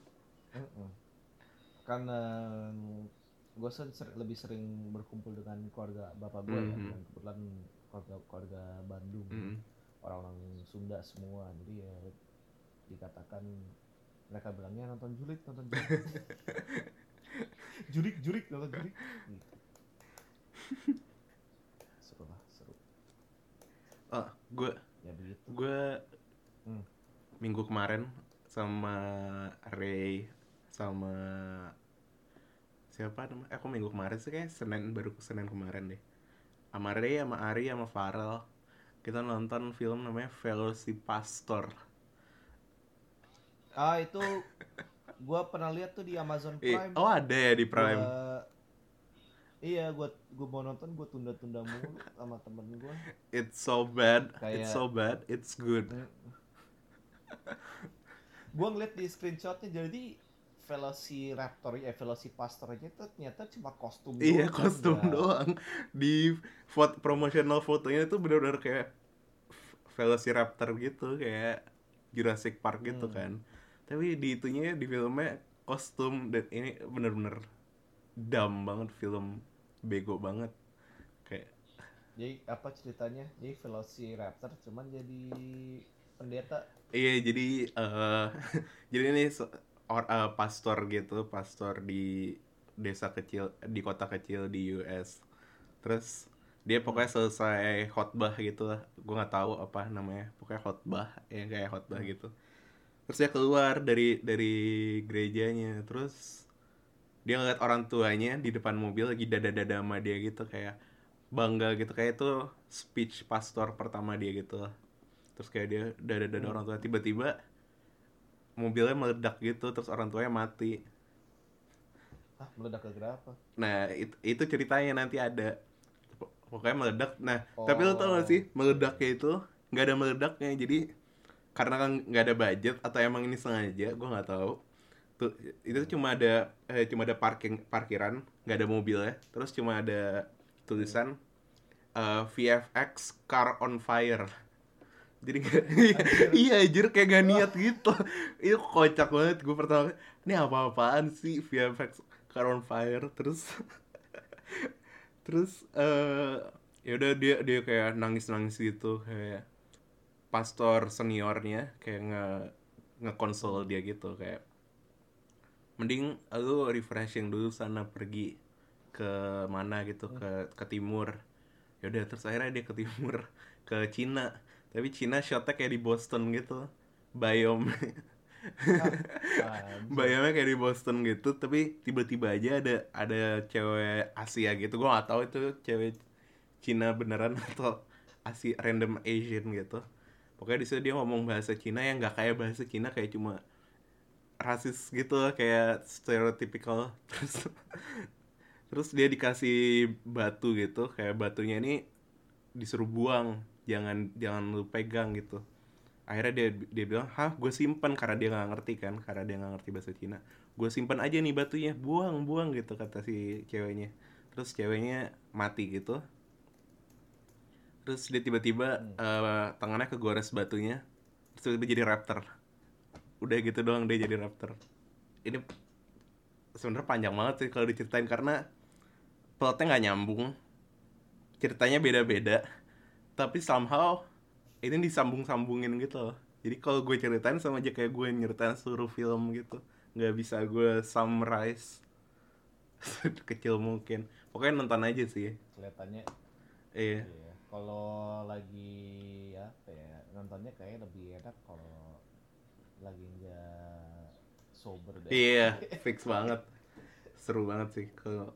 Karena gue lebih sering berkumpul dengan keluarga bapak gue ya, dan kebetulan keluarga Bandung, orang-orang Sunda semua, jadi ya dikatakan mereka bilangnya nonton jurik jurik nonton jurik gitu. Seru. Gue minggu kemarin sama Ray sama siapa namanya? Aku minggu kemarin sih, kayak Senin kemarin deh. Sama Ray, sama Ari, sama Farel, kita nonton film namanya Velocipastor. Itu gue pernah lihat tuh di Amazon Prime. Oh ada ya di Prime. Iya, gue mau nonton, gue tunda-tunda mulu sama temen gue. It's so bad, it's good. Gue ngeliat di screenshotnya, jadi Velocipastor aja tuh ternyata cuma kostum doang. Iya, kostum doang. Di promotional fotonya tuh benar-benar kayak Velociraptor gitu, kayak Jurassic Park gitu kan. Tapi di itunya, di filmnya kostum, dan ini bener-bener dumb banget, film bego banget. Kayak jadi apa ceritanya? Jadi Velociraptor cuman jadi pendeta. Iya, jadi jadi ini pastor gitu, pastor di desa kecil, di kota kecil di US. Terus dia pokoknya selesai khotbah gitu lah, gue nggak tahu apa namanya, pokoknya khotbah, ya kayak khotbah gitu. Terus dia keluar dari gerejanya, terus dia ngeliat orang tuanya di depan mobil lagi dada-dada sama dia gitu, kayak bangga gitu, kayak itu speech pastor pertama dia gitu lah. Terus kayak dia dada-dada Hmm. orang tua, tiba-tiba mobilnya meledak gitu, terus orang tuanya mati. Ah, meledak gara-gara apa? Nah itu ceritanya nanti ada, pokoknya meledak. Nah tapi lo tau gak Oh, sih iya, meledaknya iya. itu nggak ada meledaknya, jadi karena kan nggak ada budget atau emang ini sengaja gue nggak tahu tuh. Itu Hmm. cuma ada parkiran, nggak ada mobil ya, terus cuma ada Hmm. tulisan VFX car on fire. Jadi Anjir. iya anjir, kayak gak Wah. niat gitu. Itu kocak banget, gue pertama ini apa-apaan sih VFX car on fire. Terus ya udah dia kayak nangis-nangis gitu, kayak pastor seniornya kayak ngekonsol Hmm. dia gitu, kayak mending lu refreshing dulu sana, pergi ke mana gitu, Hmm. ke timur. Ya udah, terus akhirnya dia ke timur ke Cina, tapi Cina shotnya kayak di Boston gitu, biome. Ah, anjir. Bayangnya kayak di Boston gitu, tapi tiba-tiba aja ada cewek Asia gitu. Gue gak tahu itu cewek Cina beneran atau random Asian gitu. Pokoknya di situ dia ngomong bahasa Cina yang nggak kayak bahasa Cina, kayak cuma rasis gitu, kayak stereotypical. Terus dia dikasih batu gitu, kayak batunya ini disuruh buang, jangan jangan lu pegang gitu. Akhirnya dia bilang, hah, gue simpan, karena dia nggak ngerti kan, karena dia nggak ngerti bahasa Cina. Gue simpan aja nih batunya, buang buang gitu kata si ceweknya. Terus ceweknya mati gitu. Terus dia tiba-tiba Hmm. tangannya kegores batunya, terus tiba-tiba jadi raptor. Udah gitu doang dia jadi raptor. Ini sebenarnya panjang banget sih kalau diceritain, karena plotnya nggak nyambung, ceritanya beda-beda, tapi somehow ini disambung-sambungin gitu loh. Jadi kalau gue ceritain sama aja kayak gue nyeritain seluruh film gitu, nggak bisa gue summarize kecil mungkin. Pokoknya nonton aja sih. Kelihatannya Iya. iya. Kalau lagi apa ya? Nontonnya kayaknya lebih enak kalau lagi nggak sober deh. Iya, fix banget. Seru banget sih kalau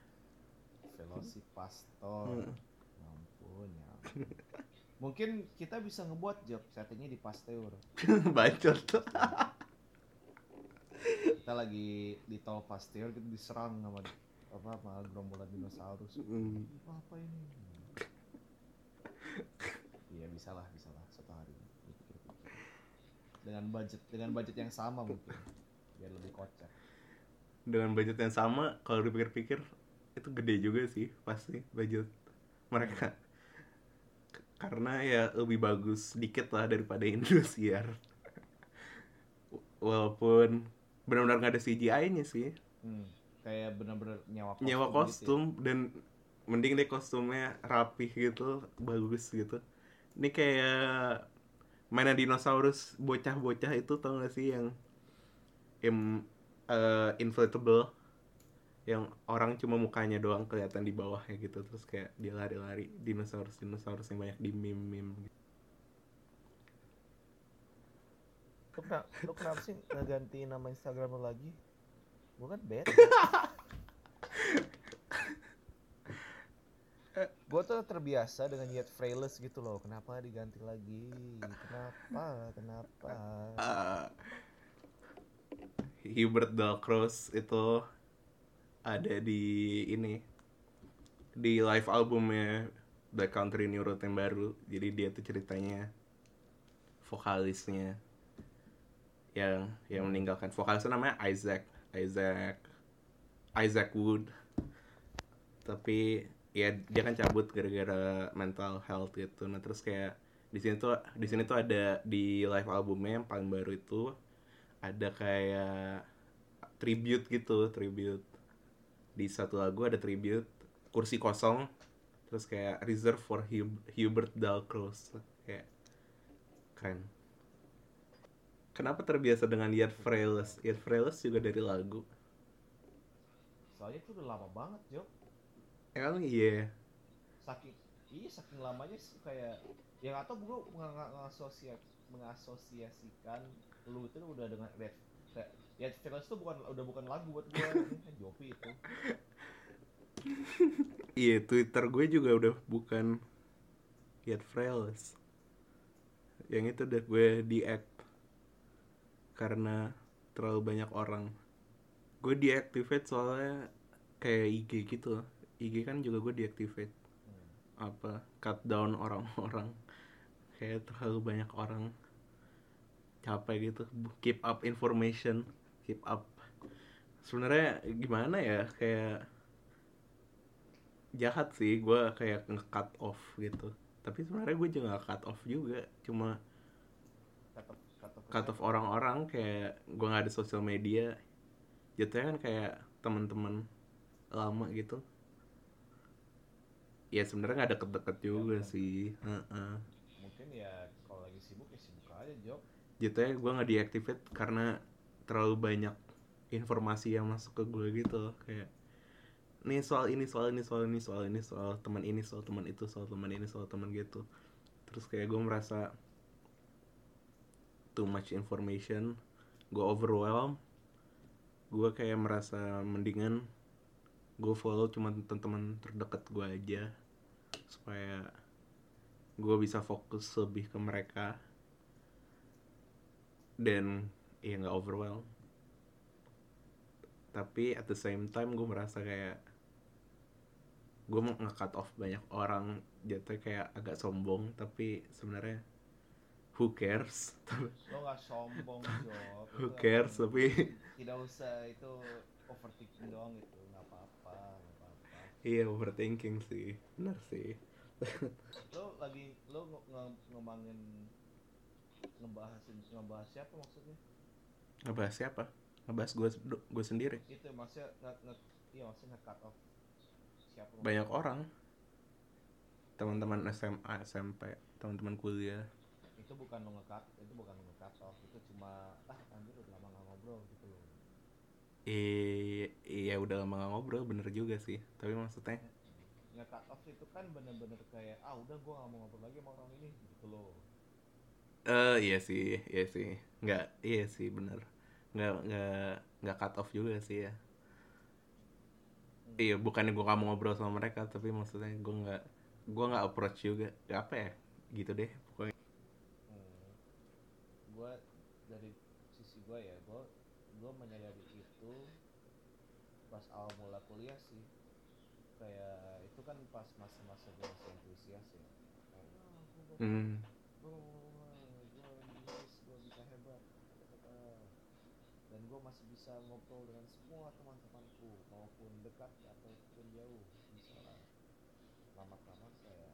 Velocipastor. Ya ampun, ya ampun. Mungkin kita bisa ngebuat job settingnya di Pasteur. bacot tuh. Kita lagi di tol Pasteur, kita diserang sama sama gerombolan dinosaurus. Apa ini? Iya, bisa lah suatu hari. Dipikir-pikir. Dengan budget yang sama mungkin, biar lebih kocak. Dengan budget yang sama, kalau dipikir-pikir itu gede juga sih pasti budget Hmm. mereka, karena ya lebih bagus dikit lah daripada Indosiar, walaupun benar-benar nggak ada CGI-nya sih. Hmm. Kayak bener-bener nyawa Nyewa kostum gitu ya. kostum, dan mending deh kostumnya rapih gitu, bagus gitu. Ini kayak mainan dinosaurus bocah-bocah itu, tau gak sih, yang im, inflatable, yang orang cuma mukanya doang kelihatan di bawahnya gitu, terus kayak dia lari-lari, dinosaurus dinosaurus yang banyak di meme-meme gitu. Lo kenapa sih ngeganti nama Instagram lo lagi? Gue kan bete. Gue tuh terbiasa dengan Yet Frailest gitu loh. Kenapa diganti lagi? Kenapa? Kenapa? uh, Hubert Dalcroze itu ada di ini, di live albumnya Black Country New Road yang baru. Jadi dia tuh ceritanya vokalisnya yang Hmm. meninggalkan, vokalisnya namanya Isaac Isaac Wood, tapi ya dia kan cabut gara-gara mental health gitu. Nah terus kayak di sini tuh ada di live albumnya yang paling baru itu, ada kayak tribute di satu lagu, ada tribute kursi kosong, terus kayak reserve for Hubert Dalcroze, kayak keren. Kenapa terbiasa dengan Yet Keren. Frailest? Yet Frailest juga dari lagu. Soalnya itu udah lama banget, Jo. Emang iya. Saking iya saking lamanya sih kayak yang atau gue nggak ngasosiat mengasosiasikan lu itu udah dengan Red Flares tuh bukan lagu buat gue, ini kan Jopi itu. Iya, Twitter gue juga udah bukan Yet Frails. Yang itu udah gue deact karena terlalu banyak orang. Gue deactivate soalnya kayak IG gitu. IG kan juga gue deactivate. Apa, cut down orang-orang. Kayak terlalu banyak orang. Capek gitu. Keep up information. Keep up. Sebenarnya gimana ya, kayak jahat sih gue kayak nge-cut off gitu. Tapi sebenarnya gue juga nggak cut off juga, cuma cut off Siapa? orang-orang. Kayak gue nggak ada sosial media, jatuhnya kan kayak teman-teman lama gitu. Ya sebenarnya nggak deket-deket juga Ya, sih. mungkin ya kalau lagi sibuk ya sibuk aja job. Jatuhnya gue nggak deactivate karena terlalu banyak informasi yang masuk ke gue gitu. Kayak nih soal ini, soal ini, soal ini, soal ini, soal teman ini, soal teman itu, soal teman ini, soal teman gitu. Terus kayak gue merasa too much information, gue overwhelm. Gue kayak merasa mendingan gue follow cuma teman-teman terdekat gue aja, supaya gue bisa fokus lebih ke mereka dan ya nggak overwhelm. Tapi at the same time gue merasa kayak gue mau nge-cut off banyak orang, jatuhnya kayak agak sombong. Tapi sebenarnya who cares. Lo nggak sombong job, Who itu emang cares, tapi tidak usah itu overthinking doang gitu, nggak apa-apa, nggak apa-apa. iya, overthinking sih, benar sih. Ngembangin, ngebahas siapa maksudnya? Ngebahas siapa? Ngebahas gue sendiri. Itu maksudnya iya maksudnya cut off siapa Banyak maksudnya? orang, teman-teman SMA, SMP, teman-teman kuliah. Itu bukan lo nge-cut off, itu cuma anjir udah lama nggak ngobrol gitu loh. Iya, udah lama gak ngobrol, bener juga sih. Tapi maksudnya, Nge-cut off itu kan bener-bener kayak udah gue nggak mau ngobrol lagi sama orang ini gitu loh. iya sih, iya sih. Nggak, iya sih, bener. Nggak cut off juga sih ya. Iya, Hmm. bukannya gue gak mau ngobrol sama mereka, tapi maksudnya gue nggak approach juga. Gak apa ya, gitu deh pokoknya. Hmm. Gue dari sisi gue ya, gue menyadari itu pas awal mula kuliah sih. Kayak itu kan pas masa-masa gue masih antusias ya, kayak gue bakal Hmm. gue lulus gue bisa hebat dan gue masih bisa ngobrol dengan semua teman-temanku maupun dekat ataupun jauh bisa lah. Lama-lama kayak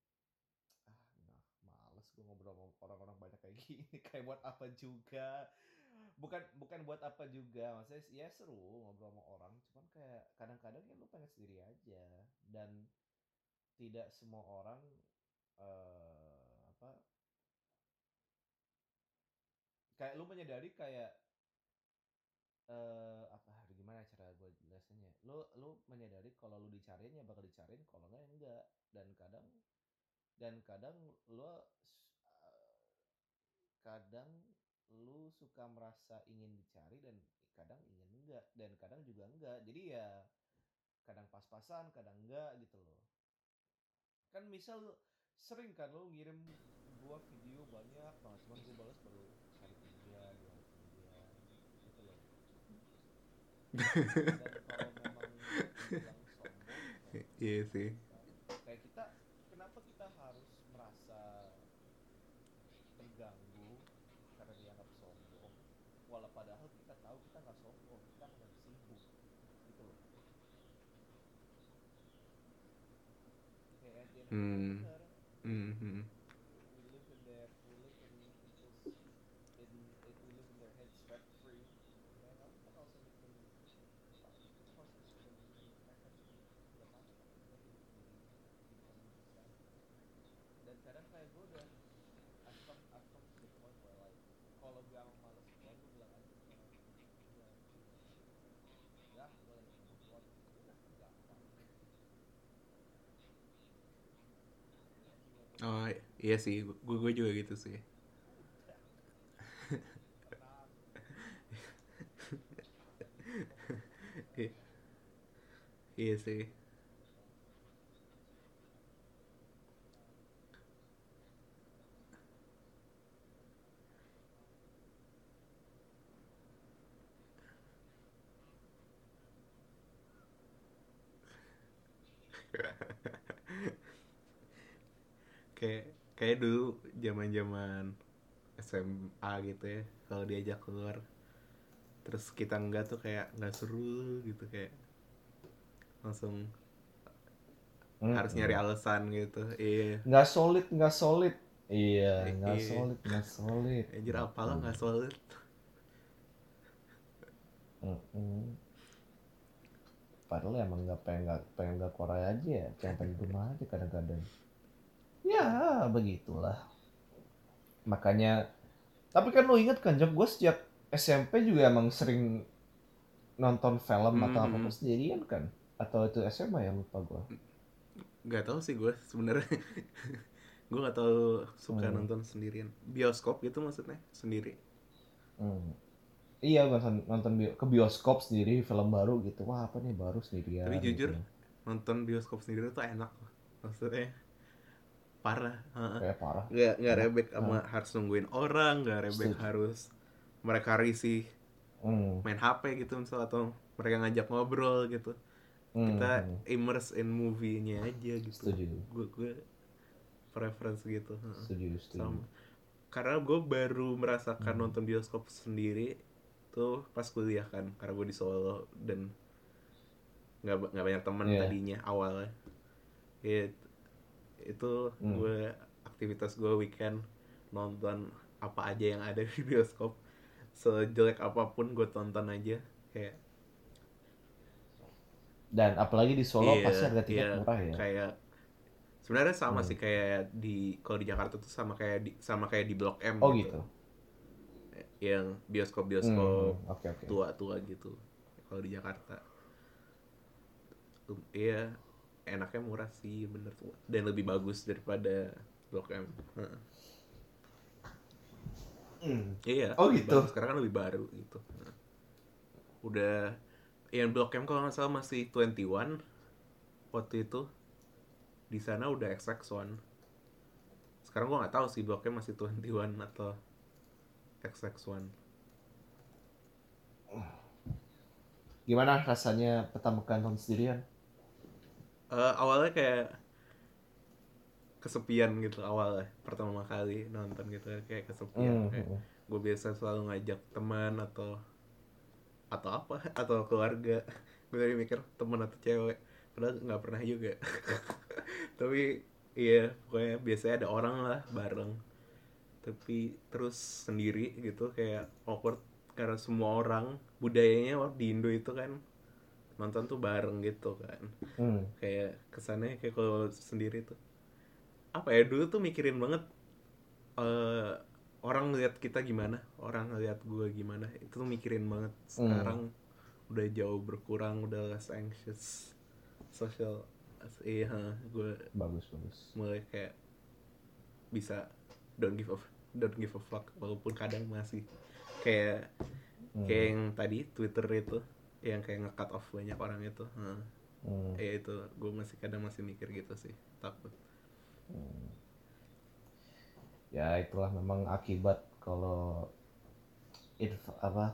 males gue ngobrol sama orang-orang banyak kayak gini. Kayak buat apa juga, bukan buat apa juga, maksudnya ya seru ngobrol sama orang, cuman kayak kadang-kadang ya lu pengen sendiri aja. Dan tidak semua orang apa kayak lu menyadari kayak apa gimana cara gue jelasinnya, lu menyadari kalau lu dicariin ya bakal dicariin, kalau enggak. Dan kadang lu kadang lu suka merasa ingin dicari dan kadang ingin enggak, dan kadang juga enggak, jadi ya kadang pas-pasan kadang enggak gitu loh. Kan misal sering kan lo ngirim gua video banyak banget, cuman gua balas baru sehari kemudian, 2 hari kemudian gitu loh. Dan kalau memang mau dibilang sombong ya Iya nggak sih. apa-apa. Kayak kita, kenapa kita harus merasa terganggu karena dianggap sombong, walau padahal kita tahu kita nggak sombong, kita hanya sibuk gitu loh. Kayak at the end of the day Hmm. bener, Hmm. Hmm. we live in their heads rent free. Ya kan, kita nggak usah mikirin kita nggak usah mikirin mereka, cuman ya mari kita hidup di kehidupan kita. Dan kadang kayak gue udah I've come to the point where like kalau gue emang males keluar, gue bilang aja ke teman-teman gue, gue lagi mau keluar, udah kan gampang. Lagi nggak mau Oh keluar, iya sih, gue juga gitu sih. Iya sih. kayak kayak dulu zaman-zaman SMA gitu ya, kalau diajak keluar terus kita enggak tuh kayak nggak seru gitu, kayak langsung harus nyari Mm-mm. alasan gitu. Iya. Nggak solid. Iya, Iya. nggak solid Anjir, gitu. apalah nggak solid. Mm-mm. Padahal emang nggak pengen nggak Korea aja ya, pengen di rumah aja kadang-kadang. Ya begitulah. Makanya, tapi kan lo inget kan, Jam, gue sejak SMP juga emang sering nonton film atau apapun Hmm, sendirian kan? Atau itu SMA ya, lupa gue. nggak tahu sih gue sebenarnya. Gue nggak tahu suka Hmm. nonton sendirian bioskop gitu maksudnya sendiri. Hmm. Iya, nonton ke bioskop sendiri film baru gitu. Wah, apa nih baru Tapi sendirian gitu. jujur nonton bioskop sendiri tuh enak loh. Maksudnya parah. Heeh. Kayak parah. Nggak Enak. rebek sama Hah, harus nungguin orang, nggak rebek setuju. harus mereka risih Hmm. main HP gitu misal, atau mereka ngajak ngobrol gitu. Hmm. Kita Hmm. immerse in movie-nya aja gitu. Setuju. Gue preference gitu. Heeh. Setuju, setuju. Sama, karena gue baru merasakan Hmm. nonton bioskop sendiri tuh pas kuliah kan, karena gue di Solo dan nggak banyak temen Iya. tadinya awalnya. It, itu Hmm. gue aktivitas gue weekend nonton apa aja yang ada di bioskop, sejelek apapun gue tonton aja kayak. Dan apalagi di Solo pasti Iya, harga tiket iya, murah ya. kayak sebenarnya sama Hmm. sih kayak di, kalau di Jakarta tuh sama kayak di Blok M Oh gitu, gitu. yang Hmm. bioskop-bioskop Oke, oke. tua-tua gitu. Kalau di Jakarta iya, enaknya murah sih bener tuh, dan lebih bagus daripada Blok M. Heeh. Hmm. Iya, Oh lebih gitu. bagus karena kan lebih baru gitu. Heeh. Udah, yang Blok M kalau nggak salah masih 21 waktu itu, di sana udah XX1. Sekarang gua nggak tahu sih Blok M masih 21 atau XX1. Gimana rasanya pertama kali nonton sendirian? Awalnya kayak kesepian gitu, awalnya pertama kali nonton gitu kayak kesepian, Hmm. kayak Hmm. gue biasa selalu ngajak teman atau apa atau keluarga. Gue tadi mikir teman atau cewek, padahal nggak pernah juga. Tapi iya, pokoknya biasanya ada orang lah bareng, tapi terus sendiri gitu kayak awkward, karena semua orang budayanya di Indo itu kan nonton tuh bareng gitu kan. Hmm. Kayak kesannya kayak kalau sendiri tuh apa ya, dulu tuh mikirin banget eh, orang ngeliat kita gimana, orang ngeliat gue gimana, itu tuh mikirin banget. Hmm. Sekarang udah jauh berkurang, udah less anxious social. Iya, gue Bagus, bagus. mulai kayak bisa don't give a fuck, walaupun kadang masih kayak kayak Hmm. yang tadi Twitter itu yang kayak nge-cut off banyak orang itu. Hmm. Ya itu gue masih kadang masih mikir gitu sih, takut. Hmm. Ya itulah memang akibat kalau apa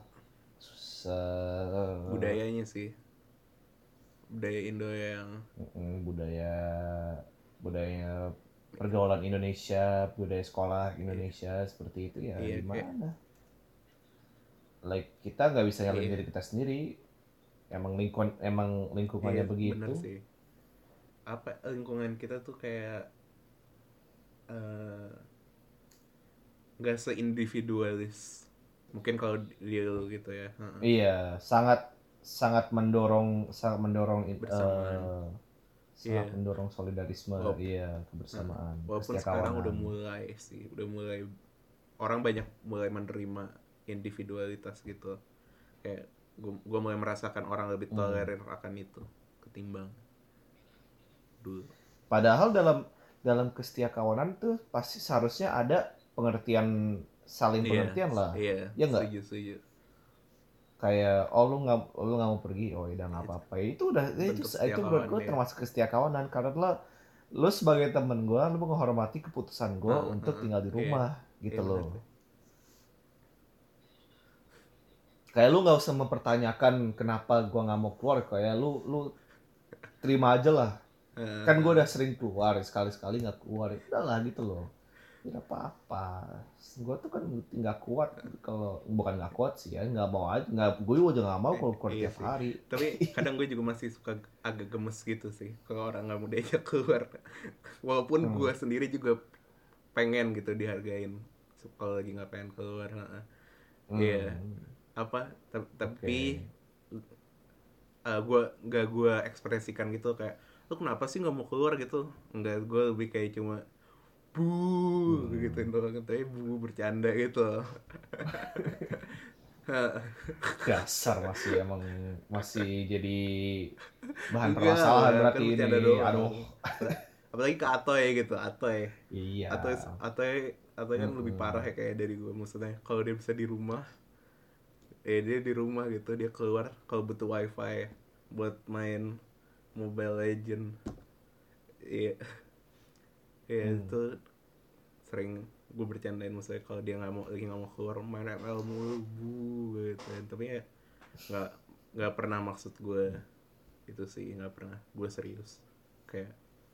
Budayanya sih, budaya Indo yang budaya budaya pergaulan Indonesia, budaya sekolah iya, Indonesia seperti itu ya iya kayak gimana? Like kita nggak bisa nyalain iya, diri kita sendiri. Emang iya lingkungannya bener begitu. sih. Apa lingkungan kita tuh kayak eh, nggak seindividualis mungkin kalau dia gitu ya. Iya, sangat sangat mendorong Bersamaan. sangat Iya, mendorong solidarisme, walaupun, iya, kebersamaan, walaupun sekarang udah kesetiakawanan. mulai sih, udah mulai orang banyak mulai menerima individualitas gitu, kayak gue mulai merasakan orang lebih Hmm. tolerir akan itu ketimbang dulu. Padahal dalam kesetiakawanan tuh pasti seharusnya ada pengertian, saling Iya, pengertian lah, iya, ya nggak? setuju, setuju. kayak lu nggak mau pergi, oh udah nggak apa-apa. Itu menurut gue termasuk kesetiakawanan, karena lo sebagai temen gue, lo menghormati keputusan gue untuk tinggal di rumah gitu loh. Kayak lu nggak usah mempertanyakan kenapa gue nggak mau keluar, kayak lu terima aja lah. Kan gue udah sering keluar, sekali-sekali nggak keluar, udahlah gitu loh. Tidak apa-apa. Gue tuh kan nggak kuat kalau bukan nggak kuat sih ya, nggak mau aja, gue juga nggak mau kalau keluar tiap hari. Tapi kadang gue juga masih suka agak gemes gitu sih kalau orang nggak mau diajak keluar, walaupun gue sendiri juga pengen gitu dihargain kalau lagi nggak pengen keluar. Iya. Apa tapi gue ekspresikan gitu kayak lu kenapa sih nggak mau keluar gitu, enggak, gue lebih kayak cuma gitu doang, tapi bercanda gitu. Dasar masih jadi bahan permasalahan berarti kan ini aduh. Apalagi ke Atoy gitu, Atoy iya Atoy kan lebih parah ya kayak dari gue, maksudnya kalau dia bisa di rumah, dia di rumah gitu, dia keluar kalau butuh wifi buat main Mobile Legend. Iya itu sering gue bercandain, maksudnya kalau dia nggak mau keluar main ML mulu gitu. Tapi ya nggak pernah maksud gue itu sih, nggak pernah gue serius kayak.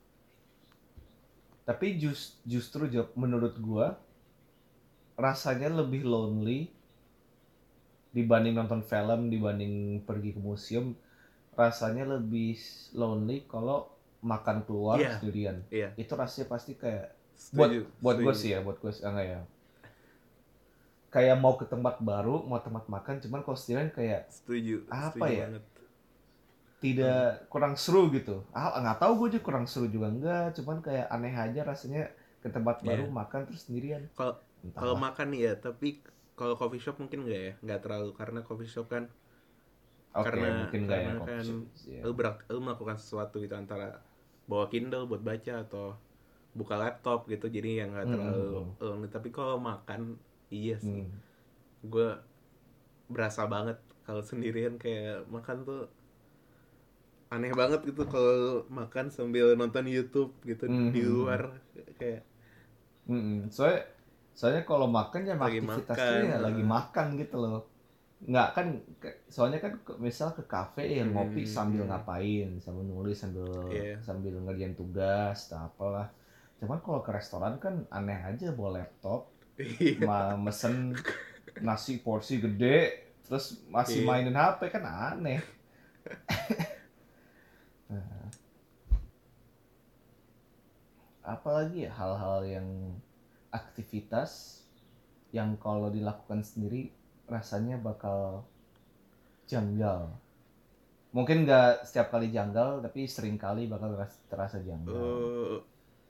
Tapi justru menurut gue rasanya lebih lonely dibanding nonton film, dibanding pergi ke museum. Rasanya lebih lonely kalau makan keluar sendirian. Itu rasanya pasti kayak buat gue sih ya, enggak ya. Kayak mau ke tempat baru, mau tempat makan, cuman kalau sendirian kayak apa ya? Banget. Tidak kurang seru gitu. Nggak tahu gue juga kurang seru juga enggak, cuman kayak aneh aja rasanya ke tempat baru makan terus sendirian. Kalau makan nih ya, tapi kalau coffee shop mungkin enggak ya, enggak terlalu, karena coffee shop kan karena kan lu melakukan sesuatu gitu, antara bawa Kindle buat baca atau buka laptop gitu, jadi yang nggak terlalu tapi kalau makan iya sih, gue berasa banget kalau sendirian kayak makan tuh aneh banget gitu kalau makan sambil nonton YouTube gitu di luar kayak. Soalnya kalau makan ya aktivitasnya ya lagi makan gitu loh. Nggak kan, soalnya kan misal ke kafe ya ngopi sambil ngapain, sambil nulis, sambil ngerjain tugas atau apalah. Cuman kalau ke restoran kan aneh aja bawa laptop, mesen nasi porsi gede terus masih mainin HP kan aneh. Apalagi ya hal-hal yang aktivitas yang kalau dilakukan sendiri rasanya bakal janggal. Mungkin nggak setiap kali janggal, tapi sering kali bakal terasa janggal.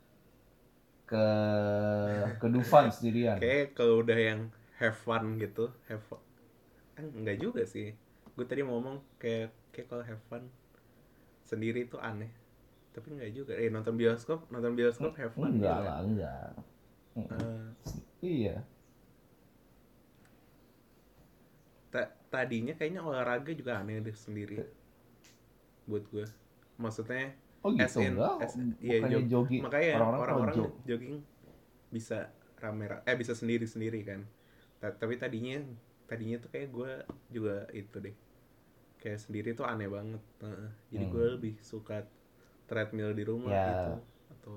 Ke Dufan sendirian. Kayak kalau udah yang have fun gitu, enggak juga sih. Gue tadi mau ngomong kayak kalau have fun sendiri itu aneh, tapi enggak juga. Nonton bioskop have fun. Enggak lah, enggak. Iya. Tadinya kayaknya olahraga juga aneh deh sendiri buat gue, maksudnya gitu bukannya jogging. Makanya orang-orang jogging bisa bisa sendiri kan. Tapi tadinya tuh kayak gue juga itu deh, kayak sendiri tuh aneh banget. Jadi gue lebih suka treadmill di rumah gitu atau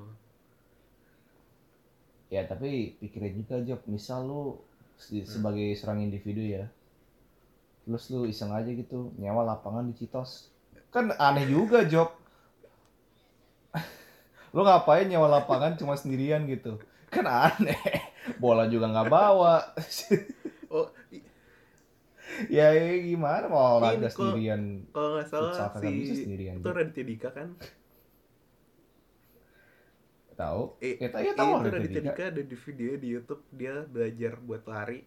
ya. Tapi pikirin juga Job, misal lu sebagai seorang individu ya, terus lu iseng aja gitu nyewa lapangan di Citos, kan aneh juga Job. Lu ngapain nyewa lapangan cuma sendirian gitu, kan aneh. Bola juga nggak bawa. Ya gimana mau olahraga sendirian? Kalau nggak salah sendirian itu Raditya Dika kan? Tahu? Tahu Raditya Dika ada di video di YouTube, dia belajar buat lari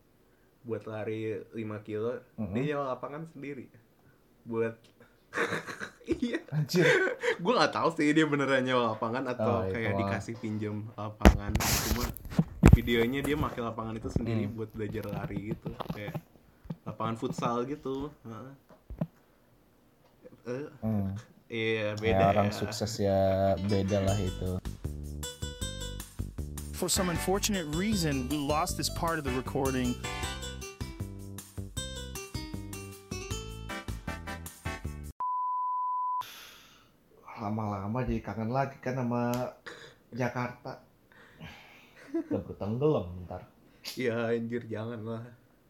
5 kilo. Dia nyewa lapangan sendiri buat iya. Anjir. Gue nggak tahu sih dia beneran nyewa lapangan atau kayak dikasih pinjam lapangan. Cuma di videonya dia pakai lapangan itu sendiri buat belajar lari gitu, kayak lapangan futsal gitu. Iya beda ya. Orang ya. sukses ya beda lah itu. For some unfortunate reason, we lost this part of the recording. Lama-lama jadi kangen lagi kan sama Jakarta. Udah tenggelam ntar. Ya anjir jangan lah.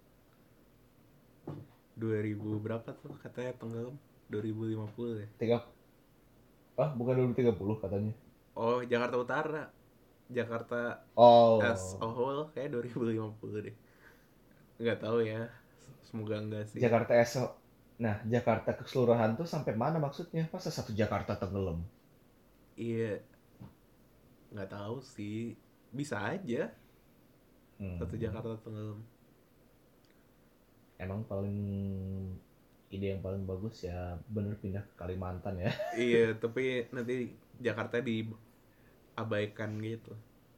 2000 berapa tuh katanya tenggelam? 2050 ya? Bukan 2030 katanya. Oh, Jakarta Utara. Jakarta as a whole kayak 2050 deh. Nggak tahu ya. Semoga enggak sih. Jakarta keseluruhan tuh sampai mana maksudnya? Masa satu Jakarta tenggelam? Iya. Nggak tahu sih. Bisa aja. Satu Jakarta tenggelam. Emang ide yang paling bagus ya bener pindah ke Kalimantan ya. Iya, tapi nanti Jakarta diabaikan gitu.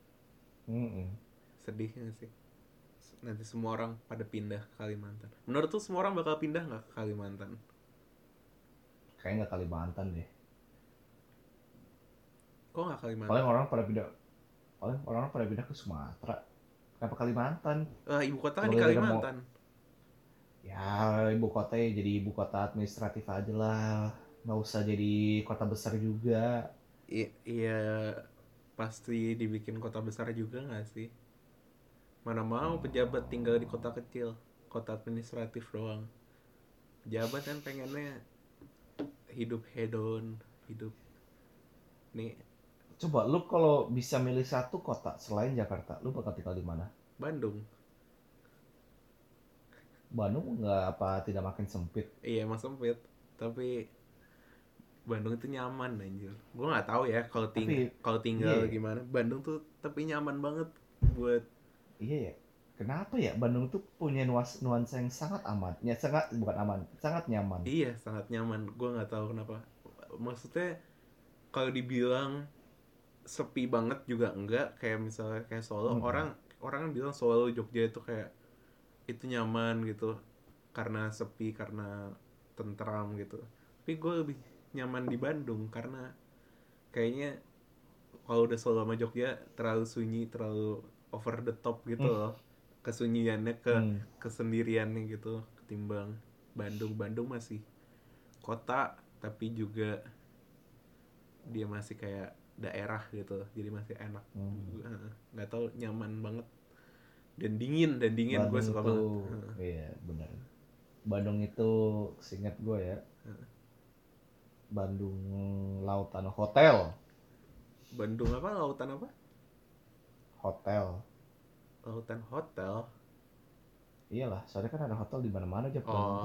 Sedih nggak sih? Nanti semua orang pada pindah ke Kalimantan. Menurut tuh semua orang bakal pindah nggak ke Kalimantan? Kayaknya nggak Kalimantan deh. Kok nggak Kalimantan? Paling orang pada pindah ke Sumatera. Kenapa Kalimantan? Ibu kota kan di Kalimantan. Ya ibu kota ya jadi ibu kota administratif aja lah. Nggak usah jadi kota besar juga. Iya pasti dibikin kota besar juga nggak sih? Mana mau pejabat tinggal di kota kecil, kota administratif doang. Pejabat kan pengennya hidup hedon, hidup nih. Coba lu kalau bisa milih satu kota selain Jakarta, lu bakal tinggal di mana? Bandung. Bandung tidak makin sempit? Iya emang sempit, tapi Bandung itu nyaman anjir. Gue nggak tahu ya kalau tinggal gimana. Bandung tuh tapi nyaman banget buat. Iya ya. Kenapa ya Bandung tuh punya nuansa yang sangat aman. Ya sangat nyaman. Iya sangat nyaman. Gue nggak tahu kenapa. Maksudnya kalau dibilang sepi banget juga enggak. Kayak misalnya kayak Solo, orang bilang Solo Jogja itu kayak itu nyaman gitu karena sepi, karena tentram gitu. Tapi gue lebih nyaman di Bandung karena kayaknya kalau udah Solo sama Jogja terlalu sunyi, terlalu over the top gitu loh. Kesunyiannya, kesendiriannya gitu ketimbang Bandung masih kota tapi juga dia masih kayak daerah gitu, jadi masih enak. Nggak tahu, nyaman banget dan dingin gue suka banget. Iya benar. Bandung itu seingat gue ya, Bandung lautan hotel. Bandung apa? Lautan apa? Hotel. Lautan hotel. Iyalah, soalnya kan ada hotel di mana-mana aja.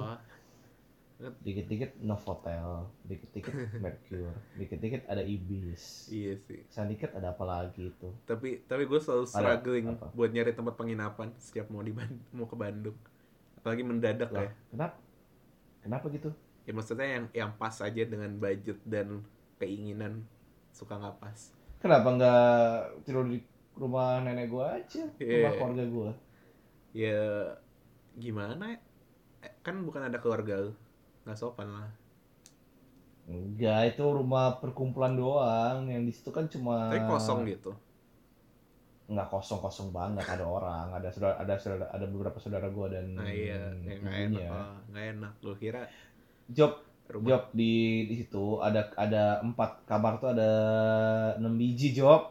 Dikit-dikit Novotel, dikit-dikit Mercure, dikit-dikit ada Ibis. Iya sih. Sedikit ada apa lagi itu. Tapi gue selalu struggling buat nyari tempat penginapan setiap mau ke Bandung. Apalagi mendadak lah, ya. Kenapa gitu? Ya maksudnya yang pas aja dengan budget dan keinginan, suka nggak pas. Kenapa nggak tidur di rumah nenek gue aja, rumah keluarga gue? Ya gimana ya? Kan bukan ada keluarga lu. Nggak sopan lah. Enggak, itu rumah perkumpulan doang. Yang di situ kan cuma. Tapi kosong gitu. Nggak kosong banget, ada orang, ada beberapa saudara gue dan. Nah iya, nggak enak. Nggak enak. Lu kira? Job di situ ada 4 kamar tuh ada 6 biji job.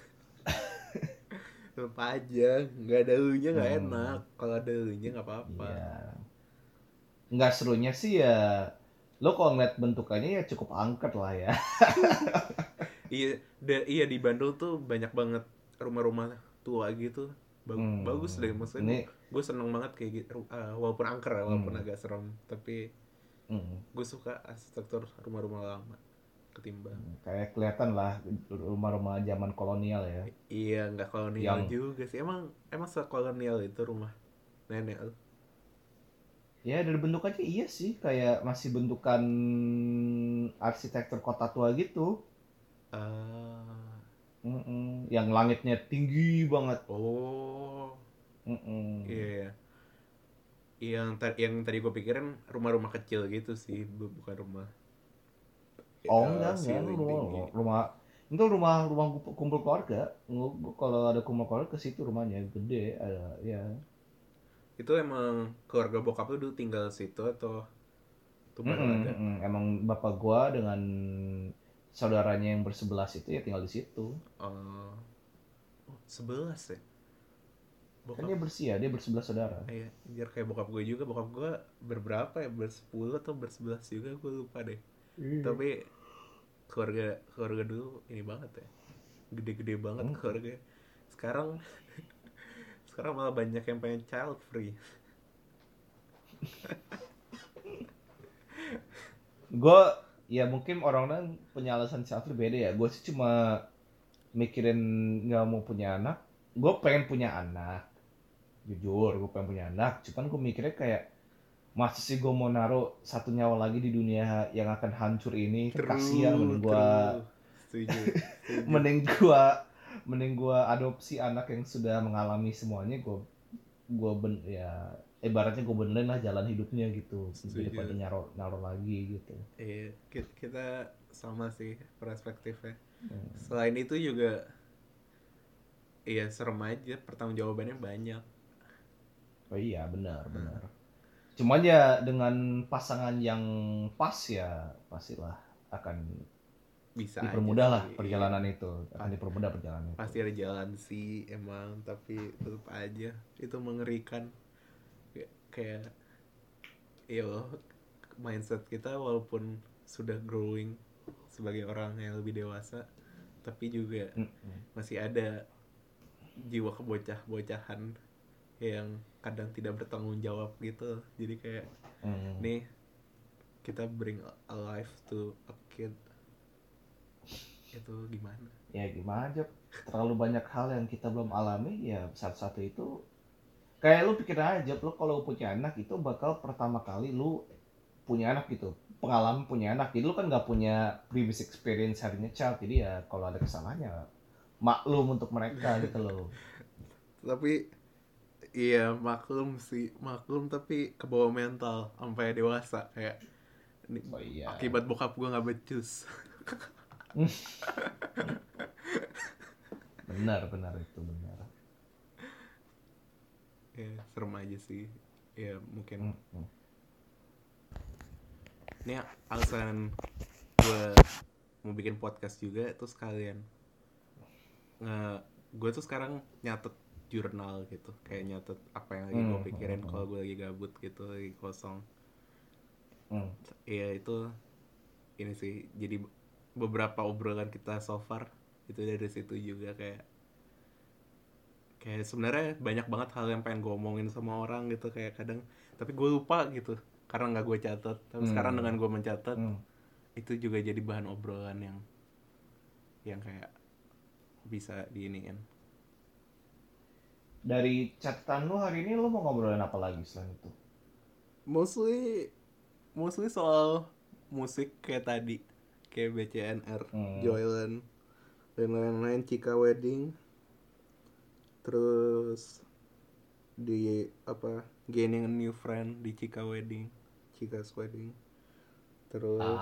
Lupa aja, nggak ada elunya nggak enak. Kalau ada elunya nggak apa-apa. Iya. Nggak serunya sih ya, lo kalau ngeliat bentukannya ya cukup angker lah ya. Iya di Bandung tuh banyak banget rumah-rumah tua gitu. Bagus deh, maksudnya gue seneng banget kayak gitu. Walaupun angker, walaupun agak serem, tapi gue suka arsitektur rumah-rumah lama ketimbang. Kayak kelihatan lah rumah-rumah zaman kolonial ya. Iya, nggak kolonial juga sih. Emang sekolonial itu rumah nenek lu? Ya dari bentukannya iya sih, kayak masih bentukan arsitektur kota tua gitu. Yang langitnya tinggi banget. Oh. Iya. yang tadi gue pikirin rumah-rumah kecil gitu sih, bukan rumah Enggak, ceiling tinggi. Itu rumah kumpul keluarga. Kalau ada kumpul keluarga ke situ rumahnya gede, ada ya. Itu emang keluarga bokap lu dulu tinggal situ atau itu baru ada? Emang bapak gua dengan saudaranya yang bersebelas itu ya tinggal di situ. Oh, 11 ya? Kan Bokap, dia bersebelas saudara. iya, biar kayak bokap gue juga. Bokap gue berberapa ya? Bersepuluh atau bersebelas juga, gue lupa deh. Tapi keluarga dulu ini banget ya, gede-gede banget keluarga. Sekarang sekarang malah banyak yang pengen child free. Gue ya mungkin orang-orang punya alasan self beda ya. Gue sih cuma mikirin nggak mau punya anak. Gue pengen punya anak, jujur gue pengen punya anak. Cuman gue mikirnya kayak masa sih gue mau naruh satu nyawa lagi di dunia yang akan hancur ini, kan kasihan. Setuju. Mending gua adopsi anak yang sudah mengalami semuanya. Ya ibaratnya gue benerin lah jalan hidupnya gitu daripada naruh lagi gitu. Iya, kita sama sih perspektifnya. Selain itu juga iya serem aja, pertanggungjawabannya banyak. Oh iya, benar. Cuman ya dengan pasangan yang pas ya pastilah akan Bisa dipermudah aja lah sih, perjalanan iya. itu. Akan dipermudah perjalanan itu. Pasti ada jalan sih emang, tapi tetap aja itu mengerikan. Kayak ya mindset kita walaupun sudah growing sebagai orang yang lebih dewasa, tapi juga masih ada jiwa kebocah-bocahan yang kadang tidak bertanggung jawab gitu. Jadi kayak nih kita bring a life to a kid, itu gimana? Ya gimana aja, terlalu banyak hal yang kita belum alami. Ya satu-satu itu kayak lu pikir aja, lu kalau punya anak itu bakal pertama kali lu punya anak gitu, pengalaman punya anak. Jadi lu kan nggak punya previous experience having a child, jadi ya kalau ada kesalahannya maklum untuk mereka gitu loh. Tapi iya maklum tapi kebawa mental sampai dewasa kayak Oh iya. akibat bokap gue nggak becus. benar itu benar. Ya serem aja sih ya mungkin. Ini alasan gue mau bikin podcast juga tuh sekalian gue tuh sekarang nyatet jurnal gitu, kayak nyatet apa yang lagi gue pikirin kalau gue lagi gabut gitu, lagi kosong. Iya itu ini sih jadi beberapa obrolan kita so far itu dari situ juga, kayak sebenarnya banyak banget hal yang pengen gue omongin sama orang gitu kayak kadang, tapi gue lupa gitu karena nggak gue catat. Tapi sekarang dengan gue mencatat itu juga jadi bahan obrolan yang kayak bisa diiniin. Dari catatan lu hari ini lu mau ngobrolin apa lagi selain itu? Mostly soal musik kayak tadi, kayak BCNR, Joyland, dan lain-lain, Cika Wedding, terus di Gaining a New Friend di Cika Wedding, Cika's Wedding, terus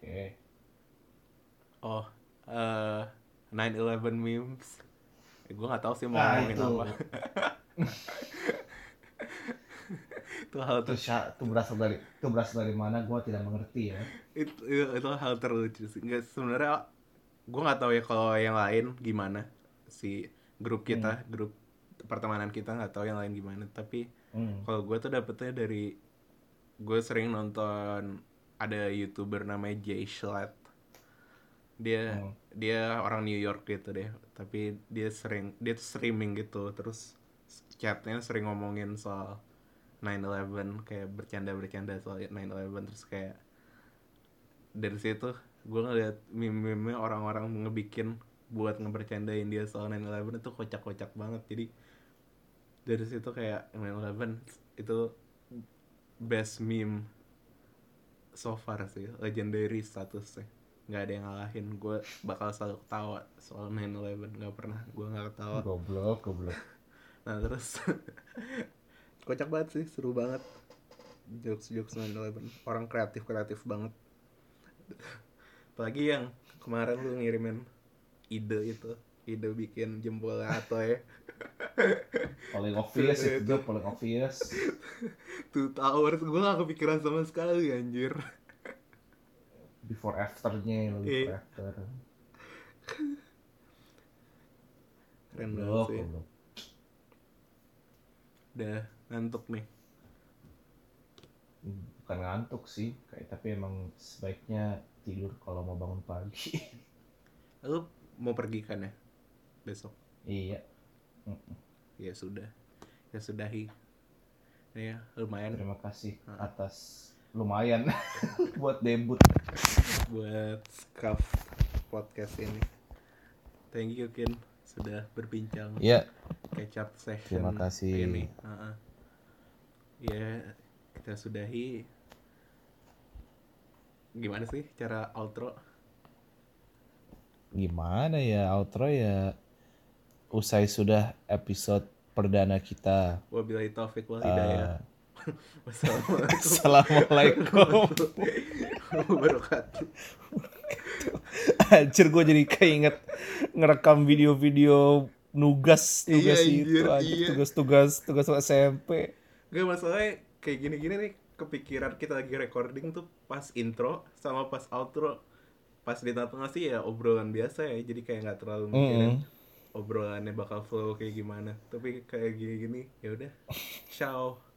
9/11 memes. Gue nggak tahu sih mau ngomongin apa. Itu berasal dari mana gue tidak mengerti ya. Itu hal terlucu sih. Nggak, sebenarnya gue nggak tahu ya kalau yang lain gimana, si grup kita, grup pertemanan kita nggak tahu yang lain gimana. Tapi kalau gue tuh dapetnya dari gue sering nonton ada YouTuber namanya Jay Schlatt. Dia orang New York gitu deh, tapi dia tuh streaming gitu, terus chatnya sering ngomongin soal 9/11, kayak bercanda soal 9/11. Terus kayak dari situ gue ngeliat meme-meme orang-orang ngebikin buat ngebercandain dia soal 9/11 itu kocak-kocak banget. Jadi dari situ kayak 9/11 itu best meme so far sih, legendary statusnya, nggak ada yang ngalahin. Gue bakal selalu ketawa soal 9/11, nggak pernah gue nggak ketawa. Goblok. Nah terus Kocak banget sih, seru banget. Jokes 9/11, orang kreatif banget. Apalagi yang kemarin lu ngirimin ide bikin jempol Atoy. Paling obvious itu joke, paling obvious. Two Towers, gue gak kepikiran sama sekali anjir. Before afternya, before after. Keren banget sih. Goblok. Udah ngantuk nih. Bukan ngantuk sih, tapi emang sebaiknya tidur kalau mau bangun pagi. Lu mau pergi kan ya besok? Iya. Ya sudahi. Ya lumayan. Terima kasih atas lumayan buat debut, buat Scuff podcast ini. Thank you Kin sudah berbincang. Iya. Catch up session. Terima kasih. Ini. Ya kita sudahi. Gimana sih cara outro? Gimana ya outro ya? Usai sudah episode perdana kita. Wabillahi taufiq wal hidayah. Assalamualaikum wabarakatuh. Anjir, gue jadi keinget ngerekam video-video nugas itu anjir, tugas SMP. Gak, masalahnya kayak gini-gini nih, kepikiran kita lagi recording tuh pas intro sama pas outro. Pas di tengah-tengah sih ya obrolan biasa ya, jadi kayak nggak terlalu mikirin obrolannya bakal flow kayak gimana. Tapi kayak gini-gini ya udah, ciao.